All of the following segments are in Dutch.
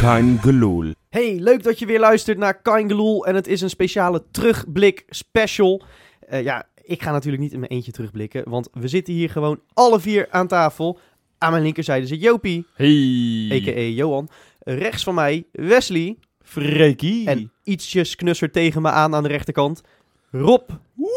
Kein Geloel. Hey, leuk dat je weer luistert naar Kein Geloel en het is een speciale terugblik special. Ik ga natuurlijk niet in mijn eentje terugblikken, want we zitten hier gewoon alle vier aan tafel. Aan mijn linkerzijde zit Jopie, Hey. a.k.a. Johan. Rechts van mij Wesley. Freekie. En ietsjes knusser tegen me aan de rechterkant Rob.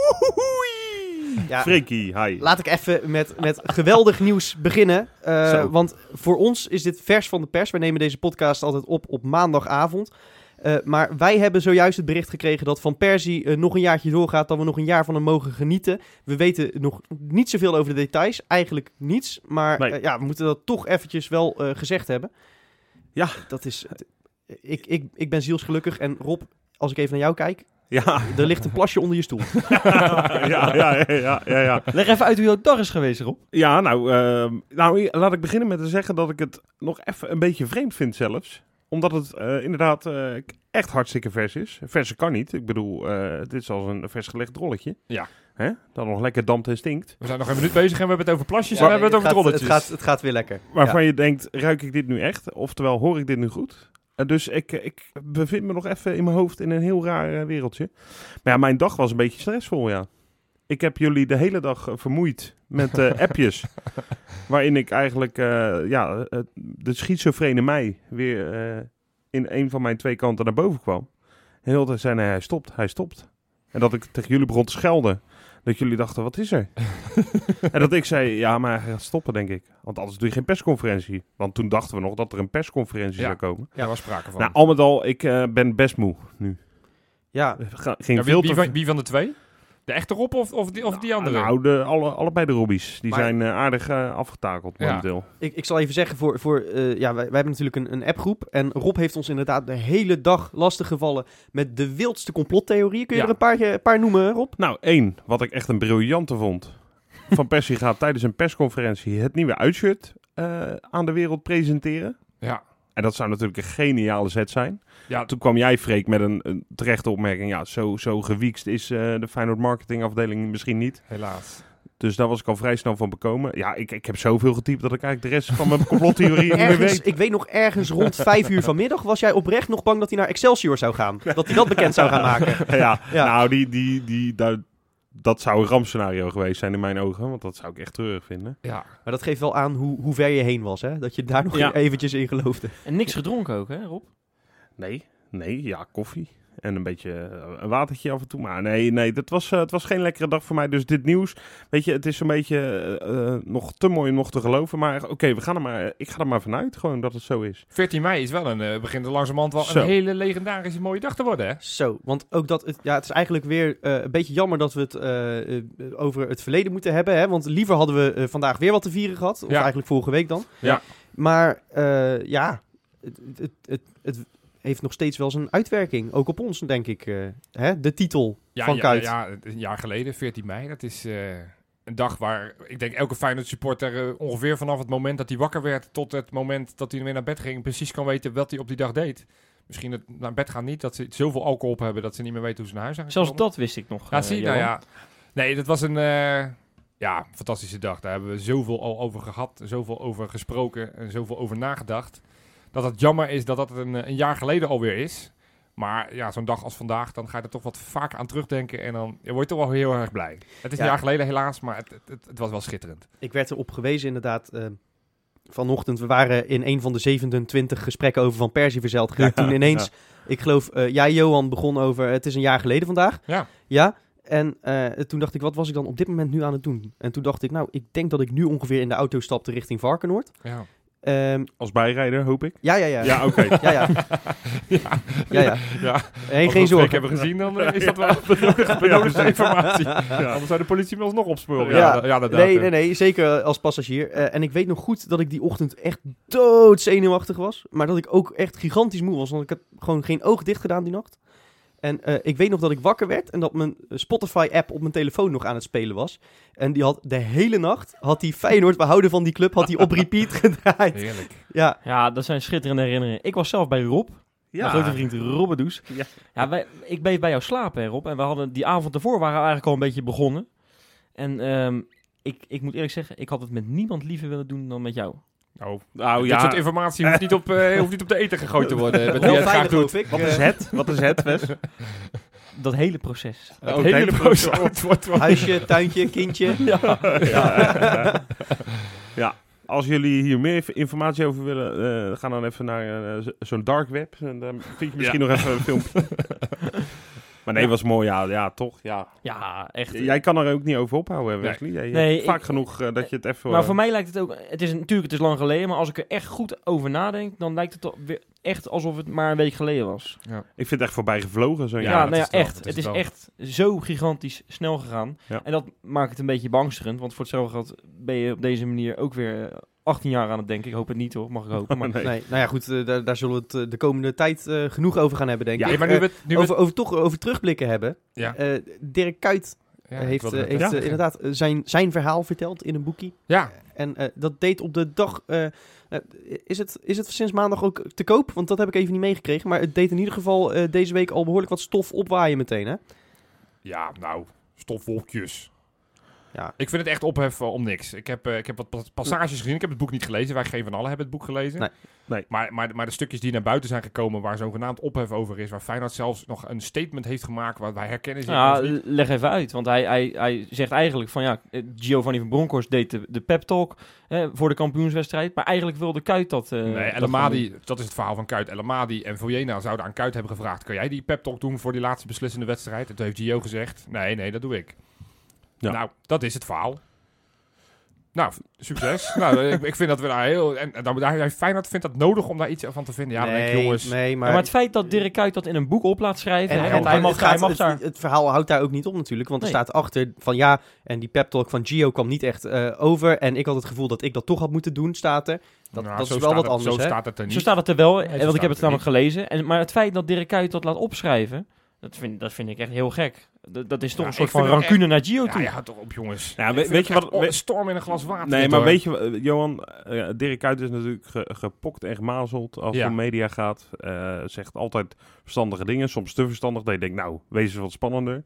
Ja, Freekie, hi. laat ik even met geweldig nieuws beginnen. Want voor ons is dit vers van de pers. Wij nemen deze podcast altijd op maandagavond. Maar wij hebben zojuist het bericht gekregen dat Van Persie nog een jaartje doorgaat. Dat we nog een jaar van hem mogen genieten. We weten nog niet zoveel over de details. Eigenlijk niets. Maar Nee. we moeten dat toch eventjes wel gezegd hebben. Ja. Dat is... Ik ben zielsgelukkig. En Rob, als ik even naar jou kijk. Ja. Er ligt een plasje onder je stoel. Ja. Leg even uit hoe jouw dag is geweest, Rob. Ja, laat ik beginnen met te zeggen dat ik het nog even een beetje vreemd vind zelfs. Omdat het inderdaad echt hartstikke vers is. Verse kan niet. Ik bedoel, dit is als een vers gelegd rolletje. Ja. Hè? Dat nog lekker dampt en stinkt. We zijn nog een minuut bezig en we hebben het over plasjes Ja, en we hebben het over trolletjes. Het gaat weer lekker. Waarvan je denkt, ruik ik dit nu echt? Oftewel, hoor ik dit nu goed? Dus ik bevind me nog even in mijn hoofd in een heel raar wereldje. Maar ja, mijn dag was een beetje stressvol, ja. Ik heb jullie de hele dag vermoeid met appjes. Waarin ik eigenlijk de schizofrene mij weer in een van mijn twee kanten naar boven kwam. En heel de tijd zei hij stopt. En dat ik tegen jullie begon te schelden. Dat jullie dachten, wat is er? En dat ik zei, ja, maar hij gaat stoppen, denk ik. Want anders doe je geen persconferentie. Want toen dachten we nog dat er een persconferentie zou komen. Ja, daar was sprake van. Nou, al met al, ik ben best moe nu. Ja, Ging Ja, veel te... wie van de twee? De echte Rob of die andere? Nou, allebei de Robbies. Die Maar- zijn aardig afgetakeld Ja. momenteel. ik zal even zeggen, wij hebben natuurlijk een appgroep. En Rob heeft ons inderdaad de hele dag lastiggevallen met de wildste complottheorieën. Kun je Ja. er een paar noemen, Rob? Nou, één, wat ik echt een briljante vond. Van Persie gaat tijdens een persconferentie het nieuwe uitshirt aan de wereld presenteren. Ja. En dat zou natuurlijk een geniale zet zijn. Ja, Toen kwam jij, Freek, met een terechte opmerking. Ja, zo gewiekst is de Feyenoord marketingafdeling misschien niet. helaas. Dus daar was ik al vrij snel van bekomen. Ja, ik heb zoveel getypt dat ik eigenlijk de rest van mijn complottheorie niet meer weet. Ik weet nog ergens rond 5 uur vanmiddag was jij oprecht nog bang dat hij naar Excelsior zou gaan. Dat hij dat bekend zou gaan maken. Ja, Ja. nou, dat zou een rampscenario geweest zijn in mijn ogen. Want dat zou ik echt treurig vinden. Ja. Maar dat geeft wel aan hoe ver je heen was, hè? Dat je daar nog Ja. eventjes in geloofde. En niks gedronken ook, hè Rob? Nee, ja, koffie. En een beetje een watertje af en toe. Maar nee, het was geen lekkere dag voor mij. Dus dit nieuws, weet je, het is een beetje nog te mooi om nog te geloven. Maar oké, ik ga er maar vanuit gewoon dat het zo is. 14 mei is wel begint er langzamerhand wel Zo. een hele legendarische mooie dag te worden, hè? Zo, want ook het is eigenlijk weer een beetje jammer dat we het over het verleden moeten hebben. Hè? Want liever hadden we vandaag weer wat te vieren gehad. Of Ja. eigenlijk vorige week dan. Ja. Maar het heeft nog steeds wel zijn uitwerking. Ook op ons, denk ik. De titel van Kuit. Ja, een jaar geleden, 14 mei. Dat is een dag waar, ik denk, elke Feyenoord supporter ongeveer vanaf het moment dat hij wakker werd tot het moment dat hij weer naar bed ging, precies kan weten wat hij op die dag deed. Misschien het naar bed gaan niet, dat ze zoveel alcohol op hebben dat ze niet meer weten hoe ze naar huis zijn Zelfs gekomen. dat wist ik nog. Ja, zie je, nou Johan. ja. Nee, dat was een fantastische dag. Daar hebben we zoveel al over gehad, zoveel over gesproken en zoveel over nagedacht. Dat het jammer is dat dat een jaar geleden alweer is. Maar ja, zo'n dag als vandaag, dan ga je er toch wat vaak aan terugdenken en dan word je toch wel heel erg blij. Het is een jaar geleden helaas, maar het was wel schitterend. Ik werd erop gewezen inderdaad vanochtend. We waren in een van de 27 gesprekken over Van Persie verzeild geraakt. Toen ineens, ik geloof, jij Johan begon over het is een jaar geleden vandaag. Ja. Ja. En toen dacht ik, wat was ik dan op dit moment nu aan het doen? En toen dacht ik, nou, ik denk dat ik nu ongeveer in de auto stapte richting Varkenoord. Ja. Als bijrijder, hoop ik. Ja. Ja, oké. Ja. Ja. Hey, Als geen we zorgen. het hebben gezien, dan is dat wel benodigde informatie. Anders zou de politie me alsnog opsporen. Ja. Inderdaad. Nee, zeker als passagier. En ik weet nog goed dat ik die ochtend echt doodzenuwachtig was. Maar dat ik ook echt gigantisch moe was. Want ik heb gewoon geen oog dicht gedaan die nacht. En ik weet nog dat ik wakker werd en dat mijn Spotify-app op mijn telefoon nog aan het spelen was. En die had de hele nacht, die Feyenoord, we houden van die club, had die op repeat gedraaid. Heerlijk. Ja, Dat zijn schitterende herinneringen. Ik was zelf bij Rob, mijn grote vriend Robbedoes. Ja. Ik bleef bij jou slapen, hè, Rob. En we hadden die avond ervoor waren we eigenlijk al een beetje begonnen. En ik moet eerlijk zeggen, ik had het met niemand liever willen doen dan met jou. Nou Dit soort informatie hoeft niet op de eten gegooid te worden. Met wie Wel je het graag veilig, doet. geloof ik. Wat is het, Wes? Dat hele proces. Oh, Het hele proces. Huisje, tuintje, kindje. Ja, als jullie hier meer informatie over willen, ga dan even naar zo'n dark web. En dan vind je misschien nog even een filmpje. Maar nee, was mooi. Ja, toch. Ja. Ja, echt. Jij kan er ook niet over ophouden, Wesley. Je Nee, hebt vaak genoeg dat je het even... Maar voor mij lijkt het ook... Het is lang geleden, maar als ik er echt goed over nadenk, dan lijkt het toch weer echt alsof het maar een week geleden was. Ik vind het echt voorbij gevlogen. Zo'n Ja, jaar. nou ja, het is het wel, echt. het Het is is het wel. echt zo gigantisch snel gegaan. Ja. En dat maakt het een beetje beangstigend, want voor hetzelfde geld ben je op deze manier ook weer 18 jaar aan het denken. Ik hoop het niet hoor, mag ik hopen. Maar Nee. Nee, nou ja, goed, daar zullen we het de komende tijd genoeg over gaan hebben, denk Ja, ik. maar nu Over terugblikken hebben. Ja. Dirk Kuyt Ja, heeft, ik wilde het net zeggen. inderdaad zijn verhaal verteld in een boekie. Ja, En dat deed op de dag... is het sinds maandag ook te koop? Want dat heb ik even niet meegekregen. Maar het deed in ieder geval deze week al behoorlijk wat stof opwaaien meteen, hè? ja, nou, stofwolkjes. Ja. Ik vind het echt ophef om niks. Ik heb wat passages gezien. Ik heb het boek niet gelezen. Wij geen van allen hebben het boek gelezen. Nee. Maar de stukjes die naar buiten zijn gekomen, waar zogenaamd ophef over is, waar Feyenoord zelfs nog een statement heeft gemaakt, waar wij herkennen ze ja, ons niet. leg even uit. Want hij zegt eigenlijk van ja, Giovanni van Bronckhorst deed de pep talk voor de kampioenswedstrijd. Maar eigenlijk wilde Kuyt dat... Nee, dat El gaan doen. Amadi, dat is het verhaal van Kuyt. El Amadi en Vojena zouden aan Kuyt hebben gevraagd, kan jij die pep talk doen voor die laatste beslissende wedstrijd? En toen heeft Gio gezegd, nee, dat doe ik. Ja. Nou, dat is het verhaal. Nou, succes. Nou, ik vind dat we daar heel... En daar Feyenoord vindt dat nodig om daar iets van te vinden. Ja, dan denk ik, jongens... Nee, Ja, maar het feit dat Dirk Kuyt dat in een boek op laat schrijven... En want hij mag daar... het verhaal houdt daar ook niet op natuurlijk. Want er Nee. staat achter van ja, en die pep talk van Gio kwam niet echt over. En ik had het gevoel dat ik dat toch had moeten doen, staat er. Dat Nou, is zo wel staat wat het- anders, Zo hè? staat het er niet. Zo staat het er wel, Nee, zo want ik staat heb het het namelijk gelezen. Maar het feit dat Dirk Kuyt dat laat opschrijven... Dat vind ik echt heel gek. Dat is toch Ja, een soort ik van vind het rancune naar Gio Ja, toe. ja, toch op, jongens. Ja, Ik weet vind je het wat- echt een storm in een glas water. Nee, dit, maar hoor. weet je, Johan, Dirk Kuyt is natuurlijk gepokt en gemazeld als het Ja. om media gaat. Zegt altijd verstandige dingen, soms te verstandig. Dat je denkt, nou, wees eens wat spannender.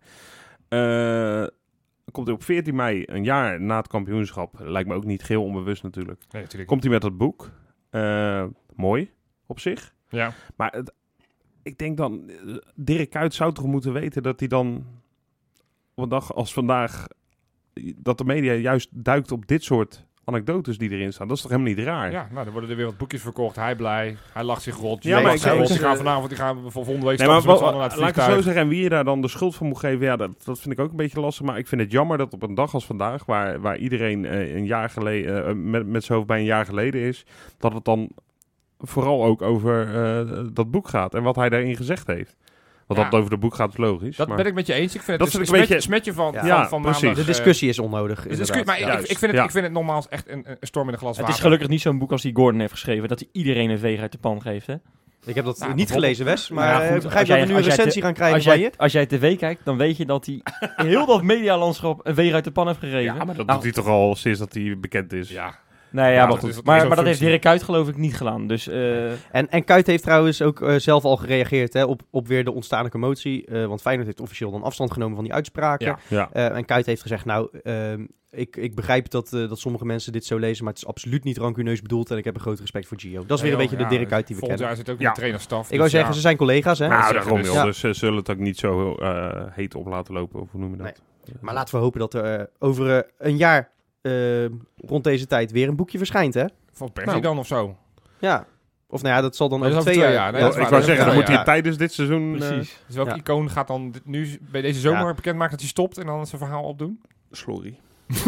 Komt hij op 14 mei, een jaar na het kampioenschap. Lijkt me ook niet geheel onbewust natuurlijk. Nee, natuurlijk. Komt hij met dat boek. Mooi, op zich. Ja. Maar ik denk dan, Dirk Kuyt zou toch moeten weten dat hij dan op een dag als vandaag, dat de media juist duikt op dit soort anekdotes die erin staan. Dat is toch helemaal niet raar? Ja, nou, dan worden er weer wat boekjes verkocht. Hij blij. Hij lacht zich rot. Ja, Ja, maar maar ik- die ik- gaan vanavond, die gaan volgende week Nee, maar stappen ze met z'n allen naar het laat ik het zo vliegtuig. zeggen, en wie je daar dan de schuld van moet geven, ja, dat vind ik ook een beetje lastig. Maar ik vind het jammer dat op een dag als vandaag, waar iedereen een jaar geleden, met zijn hoofd bij een jaar geleden is, dat het dan vooral ook over dat boek gaat en wat hij daarin gezegd heeft. Want Ja. dat het over het boek gaat is logisch. Dat maar... ben ik met je eens. Ik vind Dat het vind een ik een beetje- smetje van, Ja, van precies. maandag. De discussie is onnodig. De discussie, inderdaad. maar Juist. ik vind het nogmaals echt een storm in een glas Het water. is gelukkig niet zo'n boek als die Gordon heeft geschreven... dat hij iedereen een veeg uit de pan geeft, hè? Ik heb dat Nou, niet gelezen, Wes. Maar Ja, goed, ik begrijp als jij- dat we nu een als jij recensie gaan krijgen Als van je. jij tv kijkt, dan weet je dat hij heel dat medialandschap een veeg uit de pan heeft gegeven. Ja, maar dat Nou, doet hij toch al sinds dat hij bekend is. Ja. Nee, ja, Ja, maar dat goed. is- dat is maar ook dat heeft functie. Dirk Kuyt geloof ik niet gedaan. Dus En Kuyt heeft trouwens ook zelf al gereageerd hè, op weer de ontstaande commotie. Want Feyenoord heeft officieel dan afstand genomen van die uitspraken. Ja. Ja. En Kuyt heeft gezegd, nou, ik begrijp dat sommige mensen dit zo lezen, maar het is absoluut niet rancuneus bedoeld en ik heb een groot respect voor Gio. Dat is weer een beetje de Dirk Kuyt die we Volgend kennen. jaar zit ook in Ja. de trainerstaf. Ik wou zeggen, ze zijn collega's, hè? Nou, zeggen, daarom dus- joh. Ja. Dus ze zullen het ook niet zo heet op laten lopen, of hoe noem je dat? Maar laten we hopen dat er over een jaar rond deze tijd weer een boekje verschijnt, hè? Van Persie dan of zo. Ja. Of nou ja, dat zal dan Nee, over dat is 2 over jaar. 2 jaar. Nee, Ik dat is wou waar, zeggen, dan moet ja. hij tijdens dit seizoen... precies. Dus welke Ja. icoon gaat dan nu bij deze zomer Ja. bekendmaken dat hij stopt en dan zijn verhaal opdoen? Slorry.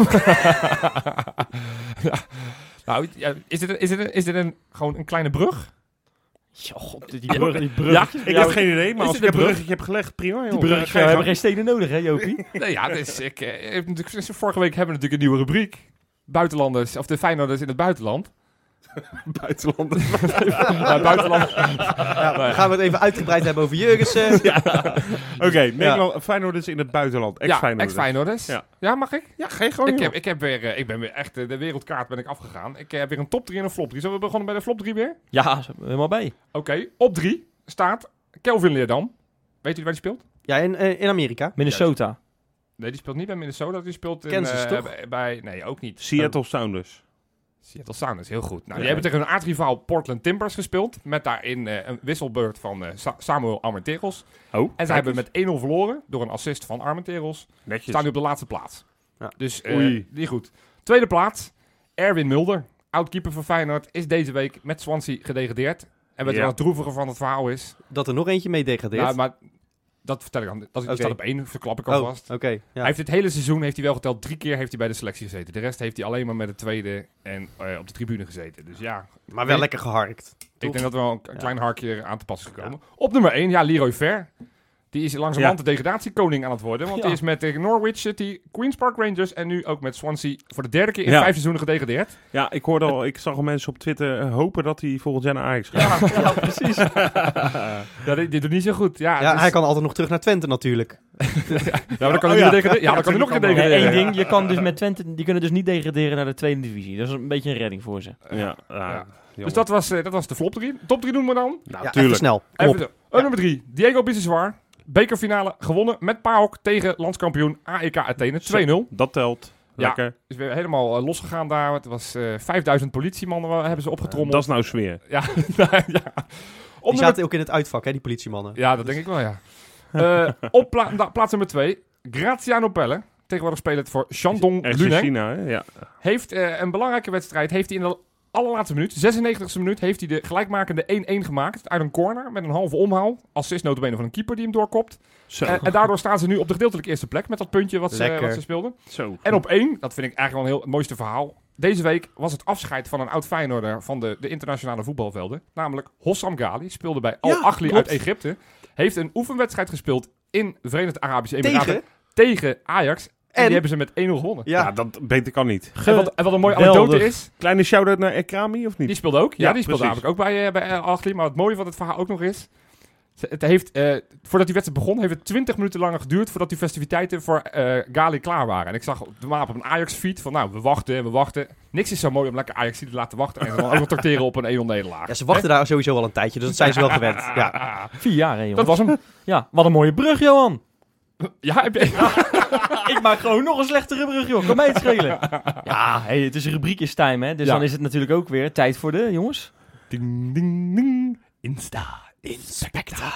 Ja. Nou, ja, is dit gewoon een kleine brug? Ja, god, die brug. Ja, ik heb geen idee, maar Is als het ik een een brug? bruggetje heb gelegd, prima. Die joh. bruggetjes Ga je hebben gang. geen stenen nodig, hè, Jopie? Nee, ja, dus vorige week hebben we natuurlijk een nieuwe rubriek. Buitenlanders, of de Feyenoorders in het buitenland. Buitenland. Ja, buitenland. Ja, dan gaan we het even uitgebreid hebben over Jurgensen. Oké, Nederland, Feyenoord is in het buitenland. Ja, Ex-Feyenoord. ex-Feyenoorders. Ja. Ja, mag ik? Ja, geen gewoon, joh. Ik ben weer echt, de wereldkaart ben ik afgegaan. Ik heb weer een top 3 en een flop 3. Zullen we begonnen bij de flop 3 weer? Ja, helemaal bij. Oké, op 3 staat Kelvin Leerdam. Weet u waar die speelt? Ja, in Amerika. Minnesota. Nee, die speelt niet bij Minnesota. Die speelt in... Kansas, toch? Nee, ook niet. Seattle Sounders. Seattle Sounders, heel goed. Nou, Ja. die hebben tegen hun aardrivaal Portland Timbers gespeeld. Met daarin een wisselbeurt van Samuel Armenteros. Oh, En zij hebben met 1-0 verloren door een assist van Armenteros. netjes. Staan nu op de laatste plaats. Ja. Dus Oei. niet goed. Tweede plaats, Erwin Mulder. Oud-keeper van Feyenoord is deze week met Swansea gedegradeerd. En weet je Ja. wat het droevige van het verhaal is? Dat er nog eentje mee degradeert. Nou, maar dat vertel ik dan. Dat Oké. staat op 1, verklap ik Oh, alvast. oké. Ja. Hij heeft dit hele seizoen, heeft hij wel geteld, 3 keer heeft hij bij de selectie gezeten. De rest heeft hij alleen maar met de tweede en op de tribune gezeten. Dus ja, Maar wel lekker geharkt. ik denk dat er wel een Ja. klein harkje aan te pas is gekomen. Op nummer 1, ja, Leroy Fer. Die is langzamerhand de degradatiekoning aan het worden. Want die is met tegen Norwich City, Queen's Park Rangers en nu ook met Swansea voor de 3e keer in 5 seizoenen gedegradeerd. Ja, ik zag al mensen op Twitter hopen dat hij volgend jaar naar Ajax gaat. Ja, precies. Ja, dit doet niet zo goed. Ja, Ja, dus- hij kan altijd nog terug naar Twente natuurlijk. ja, maar dan kan hij ja. niet degraderen. Ja, dan kan hij nog Ja, degraderen. Eén ding, je kan dus met Twente, die kunnen dus niet degraderen naar de tweede divisie. Dat is een beetje een redding voor ze. Ja, Ja. Dus jongen. dat was de flop 3. Top 3 doen we dan. Nou, Ja, even tuurlijk. snel. Kom op. Even nummer 3. Diego Biseswar. Bekerfinale gewonnen met PAOK tegen landskampioen AEK Athene. 2-0. Dat telt. Ja. Lekker. Is weer helemaal losgegaan daar. Het was 5000 politiemannen hebben ze opgetrommeld. Dat is nou sfeer. Ja, ja. Op Die nummer... zaten ook in het uitvak, hè, die politiemannen. Ja, dat denk ik wel, ja. Op plaats nummer 2. Graziano Pelle. Tegenwoordig spelend voor Shandong Echt Luneng. China, hè? Ja. Heeft een belangrijke wedstrijd. Heeft hij in de allerlaatste minuut, 96e minuut, heeft hij de gelijkmakende 1-1 gemaakt. Uit een corner met een halve omhaal. Assist notabene van een keeper die hem doorkopt. Zo. En daardoor staan ze nu op de gedeeltelijke eerste plek met dat puntje wat Lekker. ze speelden. Zo. En op 1, dat vind ik eigenlijk wel een heel het mooiste verhaal. Deze week was het afscheid van een oud Feyenoorder van de internationale voetbalvelden. Namelijk Hossam Ghali. Speelde bij Al Ahly klopt. uit Egypte. Heeft een oefenwedstrijd gespeeld in de Verenigde Arabische Emiraten. Tegen? Tegen Ajax. En die hebben ze met 1-0 gewonnen. Ja, Ja, dat beter kan niet. En wat een mooie Geweldig. anekdote is. Kleine shout-out naar Ekrami, of niet? Die speelde ook. Ja, Ja, die speelde precies. namelijk ook bij Al Ahly. Maar het mooie van het verhaal ook nog is... Het heeft, voordat die wedstrijd begon, heeft het 20 minuten langer geduurd voordat die festiviteiten voor Ghali klaar waren. En ik zag op een Ajax-feed van, nou, we wachten. Niks is zo mooi om lekker Ajax te laten wachten en dan ook nog tracteren op een 1-0 nederlaag. ja, ze wachten daar sowieso al een tijdje, dus dat zijn ze wel gewend. Ja. 4 jaar, hè, jongens. Dat was hem. Ja, wat een mooie brug, Johan. Ja, Ik maak gewoon nog een slechtere brug, joh. Kan mij het schelen. Ja, hey, het is rubriekjes-time, hè. Dus Ja. dan is het natuurlijk ook weer tijd voor de, jongens. ding, ding, ding. Insta. Inspecta.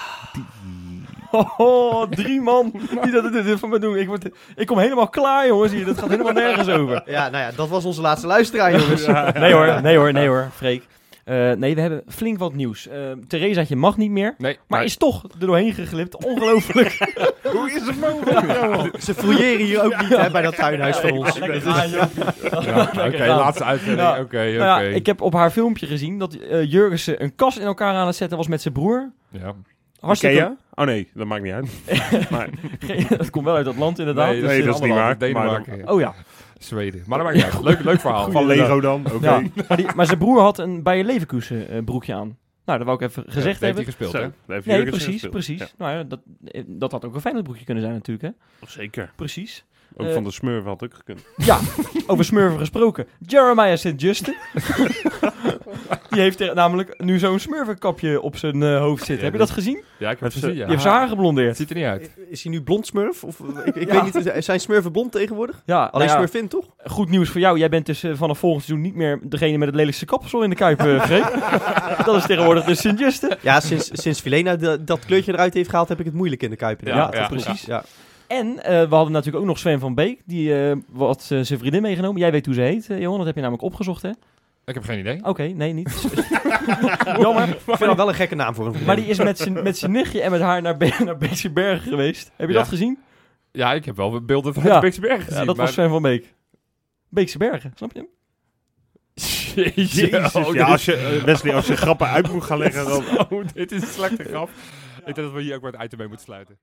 Oh, 3 man die dat van me doen. Ik kom helemaal klaar, jongens. Hier, dat gaat helemaal nergens over. Ja, nou ja, dat was onze laatste luisteraar, jongens. Nee hoor, Freek. Nee, we hebben flink wat nieuws. Theresaatje mag niet meer, Nee, maar is toch er doorheen geglipt. Ongelooflijk. Hoe is het mogelijk? Ze fouilleren hier ook niet, hè, bij dat tuinhuis van ons. Lekker gaan, joh. Oké, Lekker gaan. laatste uitzending. Ja. Oké. Nou ja, ik heb op haar filmpje gezien dat Jurgensen een kast in elkaar aan het zetten was met zijn broer. Ja. Hartstikke... Ikea? Oh nee, dat maakt niet uit. Maar, Dat komt wel uit dat land inderdaad. Nee, Nee, dat is niet waar. Denemarken. Maar Ja. Oh ja. Zweden. Maar dat maakt niet uit. Leuk verhaal. van Lego dan? Oké. Ja. Maar zijn broer had een Bayer Leverkusen broekje aan. Nou, dat wou ik even gezegd heeft hij hebben. gespeeld, Zo, hè? daar heeft Nee, Jurgensen precies. gespeeld. Nou ja, dat had ook een Feyenoord broekje kunnen zijn natuurlijk, hè. Ja, zeker. Precies. Ook van de Smurf had ook gekund. Ja, over smurfen gesproken. Jeremiah St. Justin. Die heeft namelijk nu zo'n smurfenkapje op zijn hoofd zitten. Ja, Heb je dat gezien? Ja, ik heb Met het gezien, ja. Die heeft zijn haar geblondeerd. Het ziet er niet uit. Is hij nu blond smurf? Of, ik Ja. weet niet, zijn smurfen blond tegenwoordig? Ja, Alleen nou ja, smurfin, toch? goed nieuws voor jou. Jij bent dus vanaf volgend seizoen niet meer degene met het lelijkste kapsel in de Kuip, Freek. Dat is tegenwoordig de St. Justin. Ja, sinds Vilena dat kleurtje eruit heeft gehaald, heb ik het moeilijk in de Kuip. Ja, precies. Ja. En we hadden natuurlijk ook nog Sven van Beek. Die had zijn vriendin meegenomen. Jij weet hoe ze heet, Johan. Dat heb je namelijk opgezocht, hè? Ik heb geen idee. Oké, nee, niet. Jammer. Ik vind dat wel een gekke naam voor een Maar die is met zijn nichtje en met haar naar Beekse Bergen geweest. Heb je Ja. dat gezien? Ja, ik heb wel beelden van Ja. de Beekse Bergen gezien. Ja, dat was Sven van Beek. Beekse Bergen, snap je hem? Jezus. Oh, Ja, als je, Wesley, als je grappen uit moet gaan leggen, dan... Oh, dit is een slechte grap. Ik denk dat we hier ook maar het item mee moeten sluiten.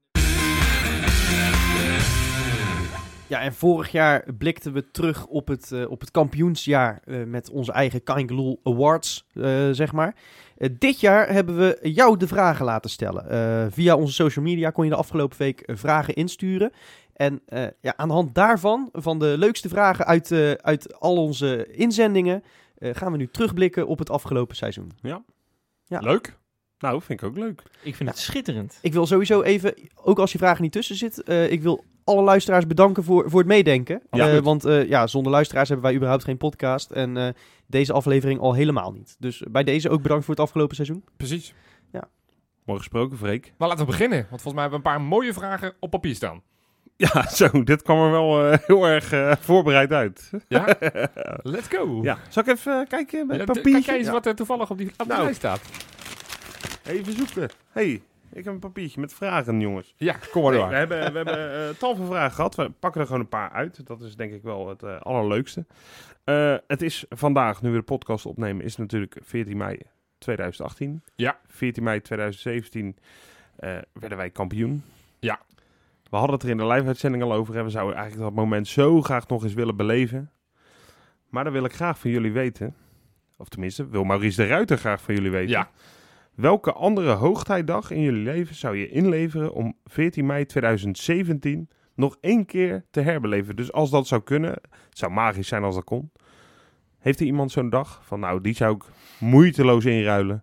Ja, en vorig jaar blikten we terug op het kampioensjaar met onze eigen Kangaloo Awards, zeg maar. Dit jaar hebben we jou de vragen laten stellen. Via onze social media kon je de afgelopen week vragen insturen. En aan de hand daarvan, van de leukste vragen uit al onze inzendingen, gaan we nu terugblikken op het afgelopen seizoen. Ja. Leuk. Nou, vind ik ook leuk. Ik vind het schitterend. Ik wil sowieso even, ook als je vragen niet tussen zit, ik wil alle luisteraars bedanken voor het meedenken. Ja. Want zonder luisteraars hebben wij überhaupt geen podcast. En deze aflevering al helemaal niet. Dus bij deze ook bedankt voor het afgelopen seizoen. Precies. Mooi gesproken, Freek. Maar laten we beginnen. Want volgens mij hebben we een paar mooie vragen op papier staan. Ja, zo, dit kwam er wel heel erg voorbereid uit. Ja? Let's go. Ja, zal ik even kijken met Ja, papier? Kijk eens wat er toevallig op die Nou. lijst staat. Even zoeken. Ik heb een papiertje met vragen, jongens. Ja, kom maar Nee, door. we hebben tal van vragen gehad. We pakken er gewoon een paar uit. Dat is denk ik wel het allerleukste. Het is vandaag, nu we de podcast opnemen, is natuurlijk 14 mei 2018. Ja. 14 mei 2017 werden wij kampioen. Ja. We hadden het er in de live-uitzending al over. We zouden eigenlijk dat moment zo graag nog eens willen beleven. Maar dan wil ik graag van jullie weten, of tenminste, wil Maurice de Ruiter graag van jullie weten. Ja. Welke andere hoogtijdag in jullie leven zou je inleveren om 14 mei 2017 nog 1 keer te herbeleven? Dus als dat zou kunnen, het zou magisch zijn als dat kon. Heeft er iemand zo'n dag van, nou, die zou ik moeiteloos inruilen,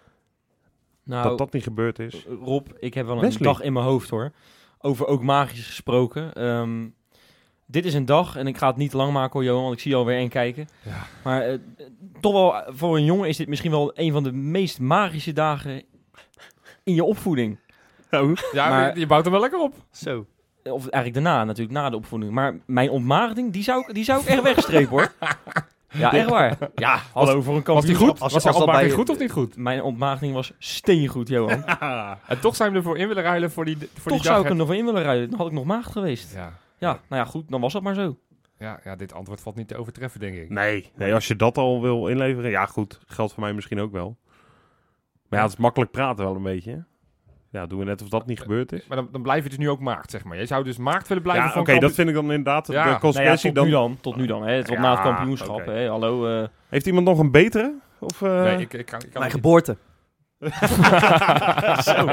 Nou, dat niet gebeurd is? Rob, ik heb wel een Wesley. dag in mijn hoofd hoor. Over ook magisch gesproken. Dit is een dag, en ik ga het niet te lang maken hoor, Johan, want ik zie je alweer één kijken. Ja. Maar toch wel, voor een jongen is dit misschien wel een van de meest magische dagen in je opvoeding. Oh. Ja, Maar- je bouwt er wel lekker op. Zo. Of eigenlijk daarna, natuurlijk, na de opvoeding. Maar mijn ontmaagding, die zou ik echt wegstrepen hoor. Ja, echt waar. Ja, hallo, voor een Was die kampioenschap. goed? Was jouw dat opmaking bij- goed of niet goed? Mijn ontmaagding was steengoed, Johan. En toch zijn we ervoor in willen ruilen voor die Toch dag. zou ik er nog in willen ruilen. Dan had ik nog maagd geweest. Ja. Ja, nou ja, goed, dan was dat maar zo. Ja, dit antwoord valt niet te overtreffen, denk ik. Nee, als je dat al wil inleveren, ja goed, geldt voor mij misschien ook wel. Maar ja, het is makkelijk praten wel een beetje. Hè? Ja, doen we net of dat niet gebeurd is. Maar dan blijf je dus nu ook maagd, zeg maar. Jij zou dus maagd willen blijven Ja, van oké, dat vind ik dan inderdaad Ja. de Nou ja, consequentie. Tot nu dan. Hè. Het was Ja, na het kampioenschap. oké. Hè. Hallo. Heeft iemand nog een betere? Of, Nee, ik kan Mijn het niet. geboorte. Zo.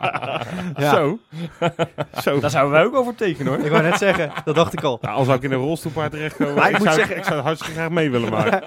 Ja. Zo. Zo. Daar zouden wij ook over tekenen hoor. Ik wou net zeggen, dat dacht ik al. Ja, al zou ik in een rolstoelpaard terechtkomen, Maar ik zou het hartstikke graag mee willen maken.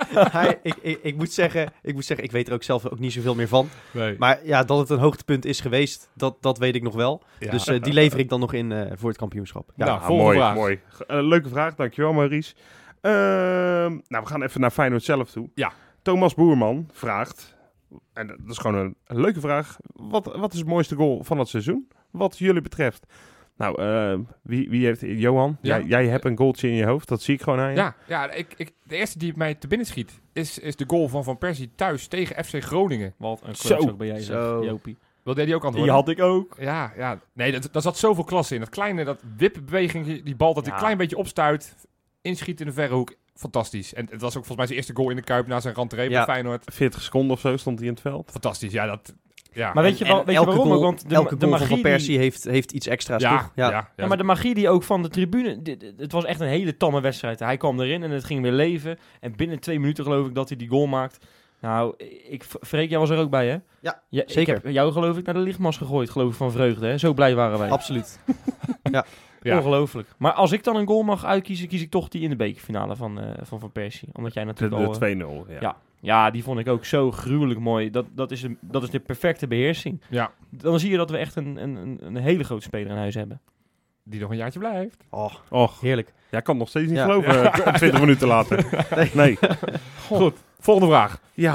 Ik moet zeggen, ik weet er ook zelf ook niet zoveel meer van. Nee. Maar ja, dat het een hoogtepunt is geweest, dat weet ik nog wel. Ja. Dus die lever ik dan nog in voor het kampioenschap. Ja. Nou, Ah, volgende mooi, vraag. mooi. Leuke vraag, dankjewel Maurice. Nou, we gaan even naar Feyenoord zelf toe. Ja. Thomas Boerman vraagt, en dat is gewoon een leuke vraag, wat is het mooiste goal van het seizoen, wat jullie betreft? Nou, wie heeft, Johan, Ja. jij hebt een goaltje in je hoofd, dat zie ik gewoon aan je. Ja, de eerste die mij te binnen schiet is de goal van Van Persie thuis tegen FC Groningen. Wat een Zo. klootzak ben jij Zo. zeg, Jopie. Wilde jij die ook Die antwoorden? had ik ook. Ja. Nee, daar zat zoveel klasse in. Dat kleine, dat wipbeweging, die bal dat Ja. een klein beetje opstuit, inschiet in de verre hoek. Fantastisch. En het was ook volgens mij zijn eerste goal in de Kuip na zijn rentree bij Ja. Feyenoord. 40 seconden of zo stond hij in het veld. Fantastisch. Ja, dat... Ja. Maar weet je, wel, weet je waarom ook? Want elke de goal magie van Van Persie die, heeft iets extra's, ja, toch? ja. maar de magie die ook van de tribune... Het was echt een hele tamme wedstrijd. Hij kwam erin en het ging weer leven. En binnen 2 minuten geloof ik dat hij die goal maakt. Nou, Freek, jij was er ook bij, hè? Ja, Ik zeker. heb jou geloof ik naar de lichtmas gegooid, geloof ik, van vreugde. Hè? Zo blij waren wij. Absoluut. Ja. Ongelooflijk. Maar als ik dan een goal mag uitkiezen, kies ik toch die in de bekerfinale van Persie. Omdat jij De natuurlijk al... 2-0. Ja. ja. Ja, die vond ik ook zo gruwelijk mooi. Dat is de perfecte beheersing. Ja, Dan zie je dat we echt een hele grote speler in huis hebben. die nog een jaartje blijft. Oh, Och, heerlijk. jij kan het nog steeds niet Ja. geloven 20 minuten later. Nee. Goed, volgende vraag. Ja,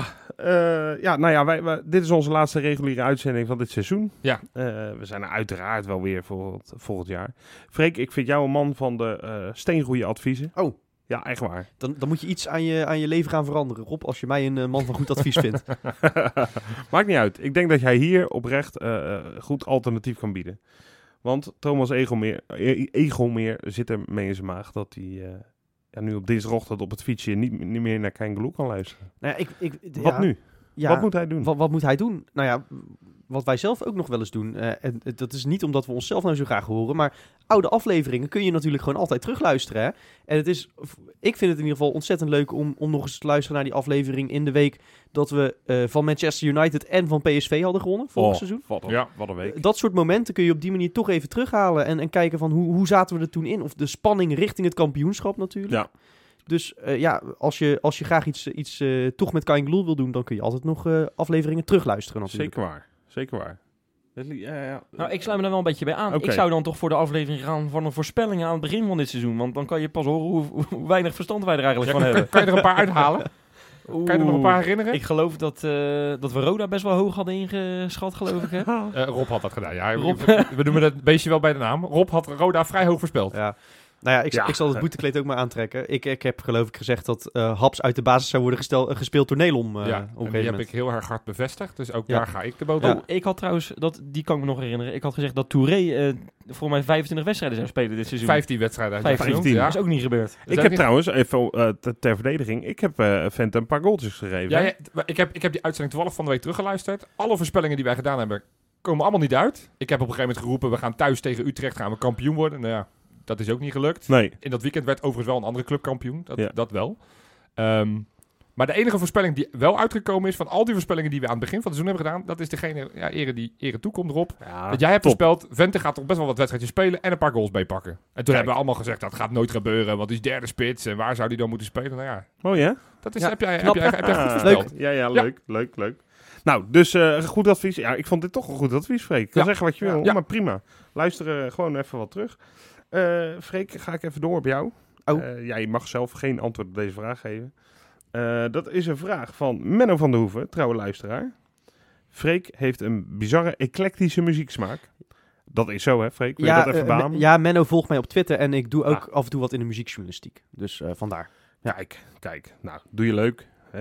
nou ja, dit is onze laatste reguliere uitzending van dit seizoen. Ja. We zijn er uiteraard wel weer voor volgend jaar. Freek, ik vind jou een man van de steengoede adviezen. Oh. Ja, echt waar. Dan moet je iets aan je leven gaan veranderen, Rob, als je mij een man van goed advies vindt. Maakt niet uit. Ik denk dat jij hier oprecht goed alternatief kan bieden. Want Thomas Egelmeer zit er mee in zijn maag dat hij nu op dinsdagochtend op het fietsje niet meer naar Kangaloo kan luisteren. Nou ja, Wat nu? Ja, Wat moet hij doen? Wat moet hij doen? Nou ja, wat wij zelf ook nog wel eens doen. En dat is niet omdat we onszelf nou zo graag horen. Maar oude afleveringen kun je natuurlijk gewoon altijd terugluisteren. Hè? En ik vind het in ieder geval ontzettend leuk om nog eens te luisteren naar die aflevering in de week dat we van Manchester United en van PSV hadden gewonnen vorig seizoen. Wat een week. Dat soort momenten kun je op die manier toch even terughalen en kijken van hoe zaten we er toen in? Of de spanning richting het kampioenschap natuurlijk. Ja. Dus als je graag iets toch met Kain Gloel wil doen, dan kun je altijd nog afleveringen terugluisteren natuurlijk. Zeker waar. Nou, ik sluit me daar wel een beetje bij aan. Oké. Ik zou dan toch voor de aflevering gaan van de voorspellingen aan het begin van dit seizoen. Want dan kan je pas horen hoe weinig verstand wij er eigenlijk van hebben. Kan je er een paar uithalen? Kan je er nog een paar herinneren? Ik geloof dat we Roda best wel hoog hadden ingeschat, geloof ik. Hè? Rob had dat gedaan, ja. Rob. We noemen het beestje wel bij de naam. Rob had Roda vrij hoog voorspeld. Ja. Nou ja, ik zal het boetekleed ook maar aantrekken. Ik heb geloof ik gezegd dat Haps uit de basis zou worden gespeeld door Nelom. En die heb ik heel erg hard bevestigd. Dus ook daar ga ik de boot Ja. op. Ik had trouwens, die kan ik me nog herinneren. Ik had gezegd dat Touré voor mij 25 wedstrijden zou spelen dit seizoen. 15 wedstrijden. 15. Ja. Dat is ook niet gebeurd. Ik heb trouwens, even ter verdediging, ik heb Vente een paar goaltjes gegeven. Ja, ik heb die uitzending toevallig van de week teruggeluisterd. Alle voorspellingen die wij gedaan hebben, komen allemaal niet uit. Ik heb op een gegeven moment geroepen, we gaan thuis tegen Utrecht gaan we kampioen worden. Nou ja, dat is ook niet gelukt. Nee. In dat weekend werd overigens wel een andere club kampioen. Ja. Dat wel. Maar de enige voorspelling die wel uitgekomen is van al die voorspellingen die we aan het begin van het seizoen hebben gedaan, dat is degene, ere die ere toekomt, Rob. Ja, Dat jij hebt top. voorspeld, Vente gaat toch best wel wat wedstrijdjes spelen en een paar goals meepakken. En toen Kijk. hebben we allemaal gezegd, dat gaat nooit gebeuren, want die is derde spits en waar zou die dan moeten spelen? Nou ja, Mooi hè? dat is, Ja, heb jij knap. goed Ah, voorspeld. Ja, leuk. Nou, dus goed advies. Ja, ik vond dit toch een goed advies, Freek. Je kan Ja. zeggen wat je wil, Ja. maar prima. Luister gewoon even wat terug. Freek, ga ik even door op jou. Oh. Jij mag zelf geen antwoord op deze vraag geven. Dat is een vraag van Menno van der Hoeven, trouwe luisteraar. Freek heeft een bizarre, eclectische muzieksmaak. Dat is zo, hè, Freek? Wil je dat even beamen? Ja, Menno volgt mij op Twitter en ik doe ook af en toe wat in de muziekjournalistiek. Dus vandaar. Kijk. Nou, doe je leuk. Hè?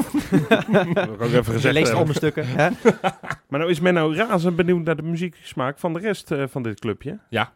Dat heb ik ook even Je gezegd. leest al mijn stukken. Hè? Maar nou is Menno razend benieuwd naar de muzieksmaak van de rest van dit clubje. Ja.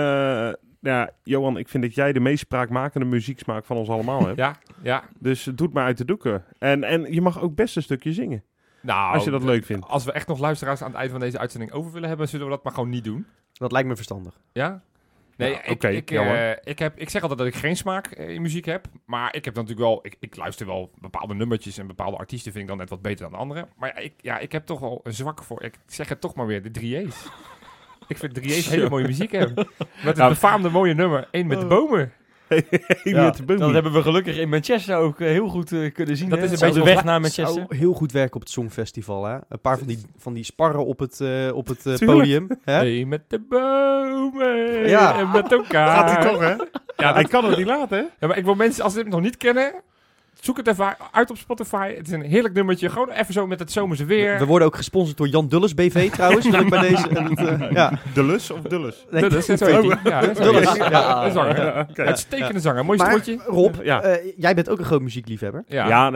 Ja, Johan, ik vind dat jij de meest spraakmakende muzieksmaak van ons allemaal hebt. Ja. Dus het doet maar uit de doeken. En je mag ook best een stukje zingen, Nou, als je dat leuk vindt. Als we echt nog luisteraars aan het eind van deze uitzending over willen hebben, zullen we dat maar gewoon niet doen. Dat lijkt me verstandig. Ja? Nee, Nou, oké, jammer. ik zeg altijd dat ik geen smaak in muziek heb. Maar ik heb natuurlijk wel... Ik luister wel bepaalde nummertjes en bepaalde artiesten vind ik dan net wat beter dan andere. Maar ik heb toch wel een zwak voor... Ik zeg het toch maar weer, de 3A's. Ik vind 3A's hele mooie muziek hebben. Met het befaamde mooie nummer, 1 met de bomen. Met de boom. Dat hebben we gelukkig in Manchester ook heel goed kunnen zien. Dat hè? is een Zo beetje de weg ons naar Manchester. Zou heel goed werken op het Songfestival, hè? Een paar van die sparren op het Tuurlijk. podium. Hè? 1 met de bomen Ja. en met elkaar. Gaat hij toch, hè? Ja, hij kan het niet laten, hè? Ja, maar ik wil mensen, als ze dit nog niet kennen... Zoek het even uit op Spotify. Het is een heerlijk nummertje. Gewoon even zo met het zomerse weer. We worden ook gesponsord door Jan Dulles BV trouwens. Wil ik bij deze. Ja. Dulles of Dulles? Nee, Dat is zo heet hij. Ja, dat is Dulles. zo heet hij. Ja. Een zanger. Ja, oké. Uitstekende zanger. Mooi Maar strootje. Rob, Ja. jij bent ook een groot muziekliefhebber.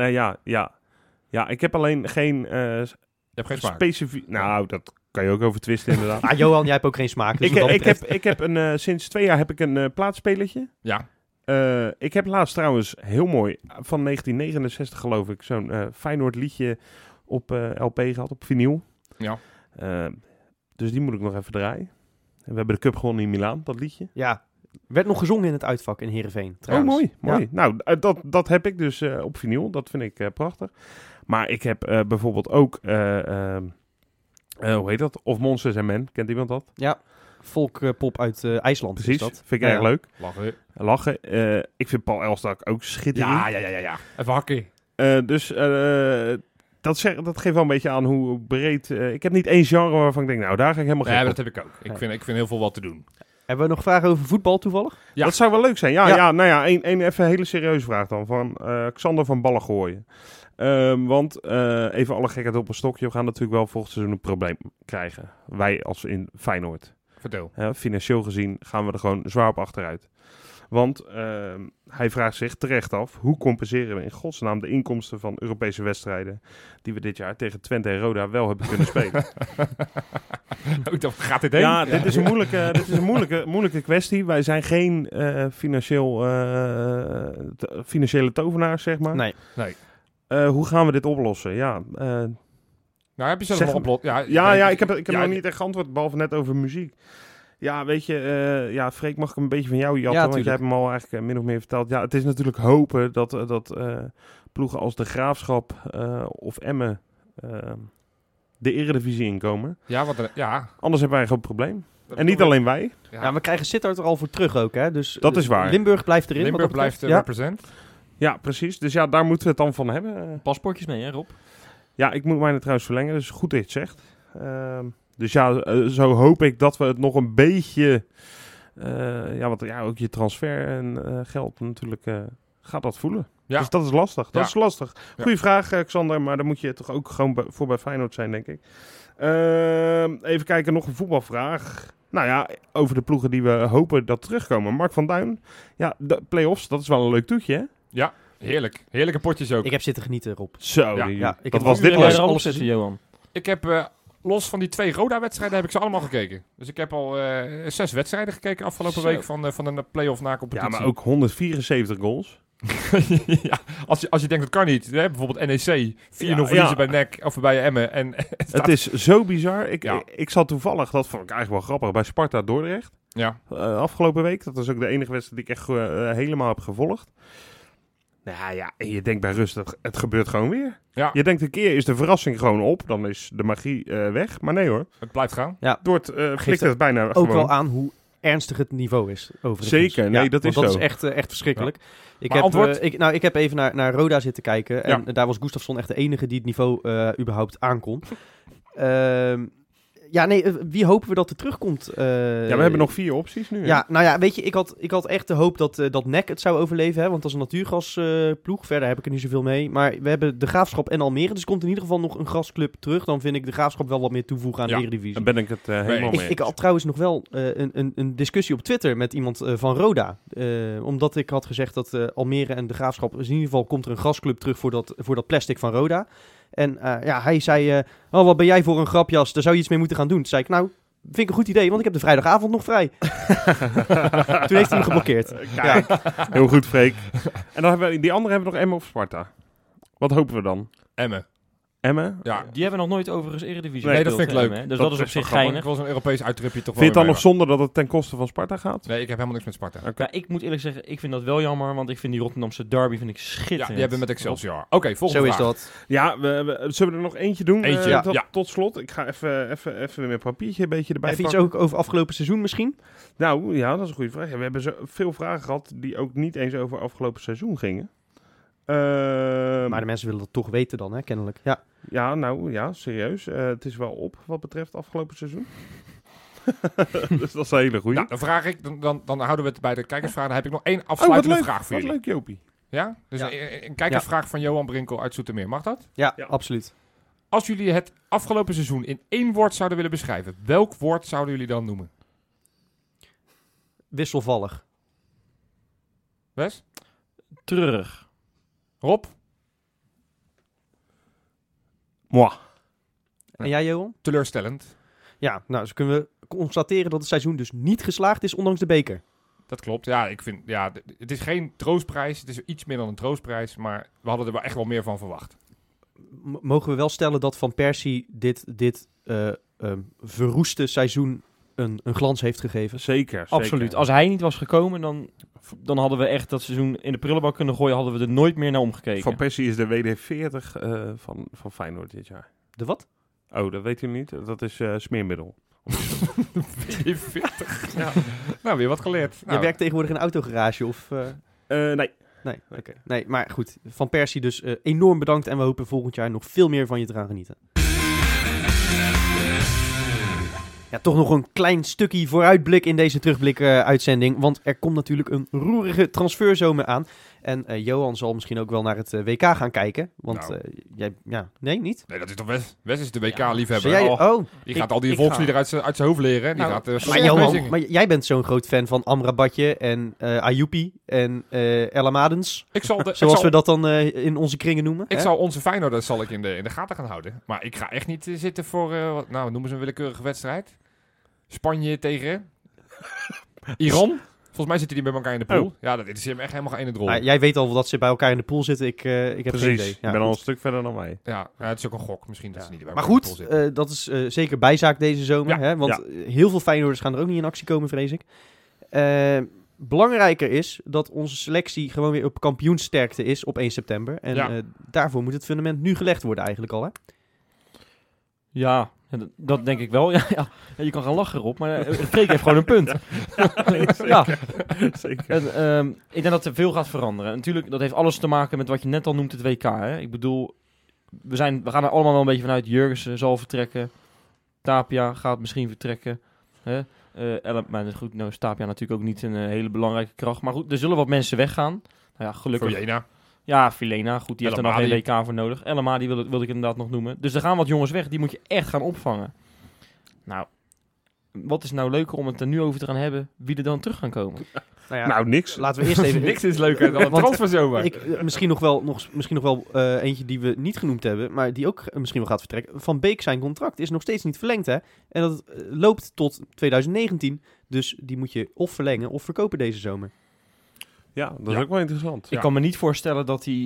Ja, ik heb alleen geen Je hebt geen smaak. specifiek... Nou, dat kan je ook over twisten, inderdaad. Ah, Johan, jij hebt ook geen smaak. Dus wat dat betreft- Ik heb sinds 2 jaar heb ik een plaatspelertje. Ja. Ik heb laatst trouwens heel mooi van 1969 geloof ik zo'n Feyenoord liedje op LP gehad, op vinyl. Ja. Dus die moet ik nog even draaien. En we hebben de cup gewonnen in Milaan, dat liedje. Ja, werd nog gezongen in het uitvak in Heerenveen. Oh, Trouwens. mooi. Ja. Nou, dat heb ik dus op vinyl. Dat vind ik prachtig. Maar ik heb bijvoorbeeld ook, hoe heet dat? Of Monsters and Men. Kent iemand dat? Ja, folkpop uit IJsland Precies, is dat. vind ik erg leuk. Lachen. Lachen. Ik vind Paul Elstak ook schitterend. Ja. Even hakken. Dus dat geeft wel een beetje aan hoe breed... ik heb niet één genre waarvan ik denk, nou, daar ga ik helemaal Nee, gek maar op. dat heb ik ook. Ik vind heel veel wat te doen. Hebben we nog vragen over voetbal toevallig? Ja. Dat zou wel leuk zijn. Ja, Ja. nou ja, één even hele serieuze vraag dan. Van Xander van Ballengooien. Want even alle gekheid op een stokje. We gaan natuurlijk wel volgend seizoen een probleem krijgen. Wij als in Feyenoord. Vertel. Financieel gezien gaan we er gewoon zwaar op achteruit. Want hij vraagt zich terecht af, hoe compenseren we in godsnaam de inkomsten van Europese wedstrijden die we dit jaar tegen Twente en Roda wel hebben kunnen spelen? Gaat dit heen? Ja, dit is een moeilijke kwestie. Wij zijn geen financiële tovenaars, zeg maar. Nee. Hoe gaan we dit oplossen? Ja, Nou, heb je zelf Zeg- nog een plot? ik heb nog niet echt geantwoord, behalve net over muziek. Ja, weet je, Freek, mag ik hem een beetje van jou jatten? Ja, want jij hebt hem al eigenlijk min of meer verteld. Ja, het is natuurlijk hopen dat ploegen als de Graafschap of Emmen de Eredivisie inkomen. Ja, Anders hebben wij een groot probleem. En niet alleen wij. Ja, we krijgen Sittard er al voor terug ook, hè? Dus Dat is waar. Limburg blijft erin. Limburg wat dat blijft betreft. represent. Ja, precies. Dus ja, daar moeten we het dan van hebben. Paspoortjes mee, hè Rob? Ja, ik moet mij trouwens verlengen, dus goed dat je het zegt. Dus ja, zo hoop ik dat we het nog een beetje... want ook je transfer en geld natuurlijk gaat dat voelen. Ja. Dus dat is lastig. Dat Ja. is lastig. Goeie vraag, Xander, maar dan moet je toch ook gewoon voor bij Feyenoord zijn, denk ik. Even kijken, nog een voetbalvraag. Nou ja, over de ploegen die we hopen dat terugkomen. Mark van Duin, ja, de play-offs, dat is wel een leuk toetje, hè? Ja, heerlijk. Heerlijke potjes ook. Ik heb zitten genieten, Rob. Zo, Ja. Ik dat heb was uren dit lang leuk. alles alles gezien. Johan. Ik heb, los van die 2 Roda-wedstrijden, heb ik ze allemaal gekeken. Dus ik heb al 6 wedstrijden gekeken afgelopen Zo. week van de play-off na Ja, competitie. maar ook 174 goals. ja, als je denkt dat kan niet. Hè? Bijvoorbeeld NEC, 4-0 Ja, verliezen ja. bij NEC of bij Emmen. En Het is zo bizar. Ja. Ik zat toevallig, dat vond ik eigenlijk wel grappig, bij Sparta Dordrecht. ja, Afgelopen week. Dat was ook de enige wedstrijd die ik echt helemaal heb gevolgd. Nou ja, en je denkt bij rust, het gebeurt gewoon weer. Ja. Je denkt een keer is de verrassing gewoon op, dan is de magie weg. Maar nee hoor, het blijft gaan. Dort flikt het bijna Ook gewoon. wel aan hoe ernstig het niveau is. Overigens. Zeker, nee, Ja, dat is want zo. dat is echt verschrikkelijk. Ik Maar heb, antwoord? ik heb even naar Roda zitten kijken. En Ja. daar was Gustafsson echt de enige die het niveau überhaupt aankon. Wie hopen we dat er terugkomt? Ja, we hebben nog 4 opties nu. hè? Ja, nou ja, weet je, ik had echt de hoop dat NEC het zou overleven. Hè, want dat is een natuurgasploeg. Verder heb ik er niet zoveel mee. Maar we hebben de Graafschap en Almere. Dus komt in ieder geval nog een grasclub terug. Dan vind ik de Graafschap wel wat meer toevoegen aan Ja, de Eredivisie. Daar ben ik het helemaal mee. Ik had trouwens nog wel een discussie op Twitter met iemand van Roda. Omdat ik had gezegd dat Almere en de Graafschap... Dus in ieder geval komt er een grasclub terug voor dat plastic van Roda. En hij zei... wat ben jij voor een grapjas? Daar zou je iets mee moeten gaan doen. Toen zei ik, nou, vind ik een goed idee, want ik heb de vrijdagavond nog vrij. Toen heeft hij me geblokkeerd. Kijk, heel goed, Freek. En dan hebben we, die andere hebben we nog Emmen of Sparta. Wat hopen we dan? Emmen. Emmen? Ja. Die hebben nog nooit overigens Eredivisie Nee, dat gespeeld, vind ik leuk. hè? Dus Dat dat is op is zich wel grappig. geinig. Ik wil zo'n Europees uittripje toch Vind je het dan wel nog zonde dat het ten koste van Sparta gaat? Nee, ik heb helemaal niks met Sparta. Ja, ik moet eerlijk zeggen, ik vind dat wel jammer, want ik vind die Rotterdamse derby vind ik Ja, schitterend. die hebben met Excelsior. Oké, Zo volgende is vraag. dat. Ja, zullen we er nog eentje doen? Eentje, ja. Ja. Tot slot. Ik ga even mijn papiertje een beetje erbij Even iets pakken. ook over afgelopen seizoen misschien? Nou, ja, dat is een goede vraag. Ja, we hebben veel vragen gehad die ook niet eens over afgelopen seizoen gingen. Maar de mensen willen dat toch weten dan, hè, kennelijk. Ja. Ja, nou ja, serieus. Het is wel op wat betreft afgelopen seizoen. Dus dat is een hele goede. Nou, dan vraag ik, dan houden we het bij de kijkersvragen. Dan heb ik nog 1 wat afsluitende leuk. vraag voor Wat jullie. leuk, Jopie. Ja? Dus Ja. een kijkersvraag van Johan Brinkel uit Zoetermeer. Mag dat? Ja, Ja. absoluut. Als jullie het afgelopen seizoen in 1 woord zouden willen beschrijven, welk woord zouden jullie dan noemen? Wisselvallig. Wes? Treurig. Rob? Moi. En jij, Johan? Teleurstellend. Ja, nou, dus kunnen we constateren dat het seizoen dus niet geslaagd is, ondanks de beker. Dat klopt. Ja, ik vind, ja, het is geen troostprijs. Het is iets meer dan een troostprijs, maar we hadden er wel echt wel meer van verwacht. Mogen we wel stellen dat Van Persie dit verroeste seizoen een glans heeft gegeven? Zeker. Absoluut. Zeker. Als hij niet was gekomen, dan hadden we echt dat seizoen in de prullenbak kunnen gooien, hadden we er nooit meer naar omgekeken. Van Persie is de WD-40 van Feyenoord dit jaar. De wat? Oh, dat weet u niet. Dat is smeermiddel. 40. Ja. Nou, weer wat geleerd. Jij Nou, werkt tegenwoordig in een autogarage of... Nee. Nee, oké. Nee, maar goed. Van Persie dus enorm bedankt en we hopen volgend jaar nog veel meer van je te gaan genieten. Ja, toch nog een klein stukje vooruitblik in deze terugblik-uitzending. Want er komt natuurlijk een roerige transferzomer aan. En Johan zal misschien ook wel naar het WK gaan kijken. Want Nou. jij... Ja, nee, niet? Nee, dat is toch Wes? Wes is de Zou WK-liefhebber. jij... Oh, Oh, die gaat al ik die ga- volksliederen uit zijn hoofd leren. Die Nou, gaat maar maar Johan, maar jij bent zo'n groot fan van Amrabatje en Ayoub en El Amadens. Zoals we dat dan in onze kringen noemen. Ik hè? zal onze Feyenoorders zal ik in de gaten gaan houden. Maar ik ga echt niet zitten voor, noemen ze een willekeurige wedstrijd. Spanje tegen Iran. Volgens mij zitten die met elkaar in de pool. Oh. Ja, dat interesseert me echt helemaal geen ene drol. Ah, jij weet al dat ze bij elkaar in de pool zitten. Ik heb geen Precies. idee. Ik Ja, ben al goed. een stuk verder dan wij. Ja, het is ook een gok. Misschien dat Ja. ze niet bij Maar elkaar in de goed, pool zitten. dat is zeker bijzaak deze zomer. Ja, Hè? Want heel veel Feyenoorders gaan er ook niet in actie komen, vrees ik. Belangrijker is dat onze selectie gewoon weer op kampioenssterkte is op 1 september. En Ja. daarvoor moet het fundament nu gelegd worden eigenlijk al. Hè? Ja, dat denk ik wel. Ja, je kan gaan lachen erop, maar Freek heeft gewoon een punt. Ja, Zeker. en, ik denk dat er veel gaat veranderen. Natuurlijk, dat heeft alles te maken met wat je net al noemt, het WK. Hè? Ik bedoel, we gaan er allemaal wel een beetje vanuit. Jurgensen zal vertrekken. Tapia gaat misschien vertrekken. Hè? Maar goed, nou is Tapia natuurlijk ook niet een hele belangrijke kracht. Maar goed, er zullen wat mensen weggaan. Nou ja, gelukkig. Filena. Ja, Filena, goed, die heeft er nog El geen WK voor nodig. El Amadi wilde ik inderdaad nog noemen. Dus er gaan wat jongens weg, die moet je echt gaan opvangen. Nou, wat is nou leuker om het er nu over te gaan hebben, wie er dan terug gaan komen? Nou, niks. Laten we eerst even... Niks is leuker dan een Want, transferzomer. misschien nog wel eentje die we niet genoemd hebben, maar die ook misschien wel gaat vertrekken. Van Beek zijn contract is nog steeds niet verlengd, hè? En dat loopt tot 2019. Dus die moet je of verlengen of verkopen deze zomer. Ja, dat is ook wel interessant. Ik kan me niet voorstellen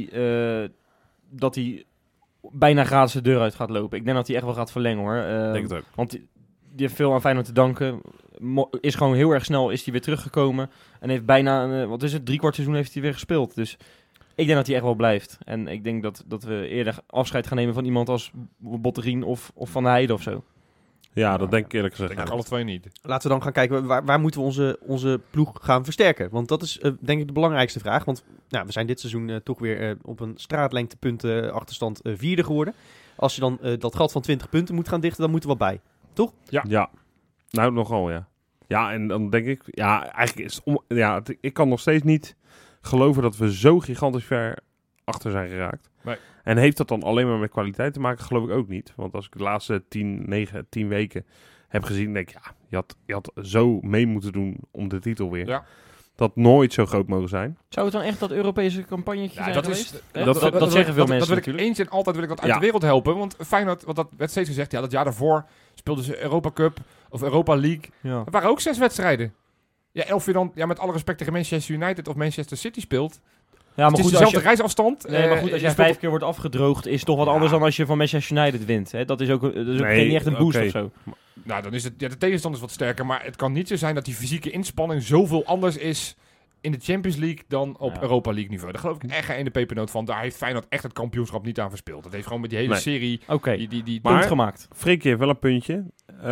dat hij bijna gratis de deur uit gaat lopen. Ik denk dat hij echt wel gaat verlengen, hoor. Ik denk het ook. Want die heeft veel aan Feyenoord te danken. Is gewoon heel erg snel is hij weer teruggekomen. En heeft bijna, 3/4 seizoen heeft hij weer gespeeld. Dus ik denk dat hij echt wel blijft. En ik denk dat we eerder afscheid gaan nemen van iemand als Botterien of Van der Heijden of zo. Ja, dat denk ik eerlijk gezegd. Denk ik alle twee niet. Laten we dan gaan kijken, waar moeten we onze ploeg gaan versterken? Want dat is denk ik de belangrijkste vraag. Want we zijn dit seizoen toch weer op een straatlengtepunt achterstand vierde geworden. Als je dan dat gat van 20 punten moet gaan dichten, dan moet er wat bij. Toch? Ja. Nou, nogal, ja. Ja, en dan denk ik... Ja, eigenlijk is het ik kan nog steeds niet geloven dat we zo gigantisch ver achter zijn geraakt. Nee. En heeft dat dan alleen maar met kwaliteit te maken? Geloof ik ook niet. Want als ik de laatste 10 weken heb gezien, denk ik... Ja, je had zo mee moeten doen om de titel weer. Ja. Dat nooit zo groot mogen zijn. Zou het dan echt dat Europese campagnetje zijn dat geweest? is, Hè? dat zeggen veel mensen Dat wil ik natuurlijk. eens en altijd wil ik dat uit de wereld helpen. Want Feyenoord, want dat werd steeds gezegd, dat jaar daarvoor speelden ze Europa Cup of Europa League. Ja. Er waren ook 6 wedstrijden. Ja, en of je dan met alle respect tegen Manchester United of Manchester City speelt. Ja, maar het is goed, dezelfde reisafstand. Nee, maar goed, als jij 5 keer wordt afgedroogd, is toch wat anders dan als je van Manchester United wint. Hè? Dat is ook geen echt een boost of zo. Nou, dan is de tegenstander is wat sterker. Maar het kan niet zo zijn dat die fysieke inspanning zoveel anders is in de Champions League dan op Europa League niveau. Daar geloof ik echt geen ene pepernoot van. Daar heeft Feyenoord echt het kampioenschap niet aan verspeeld. Dat heeft gewoon met die hele serie... Oké, die punt gemaakt. Freekje heeft wel een puntje.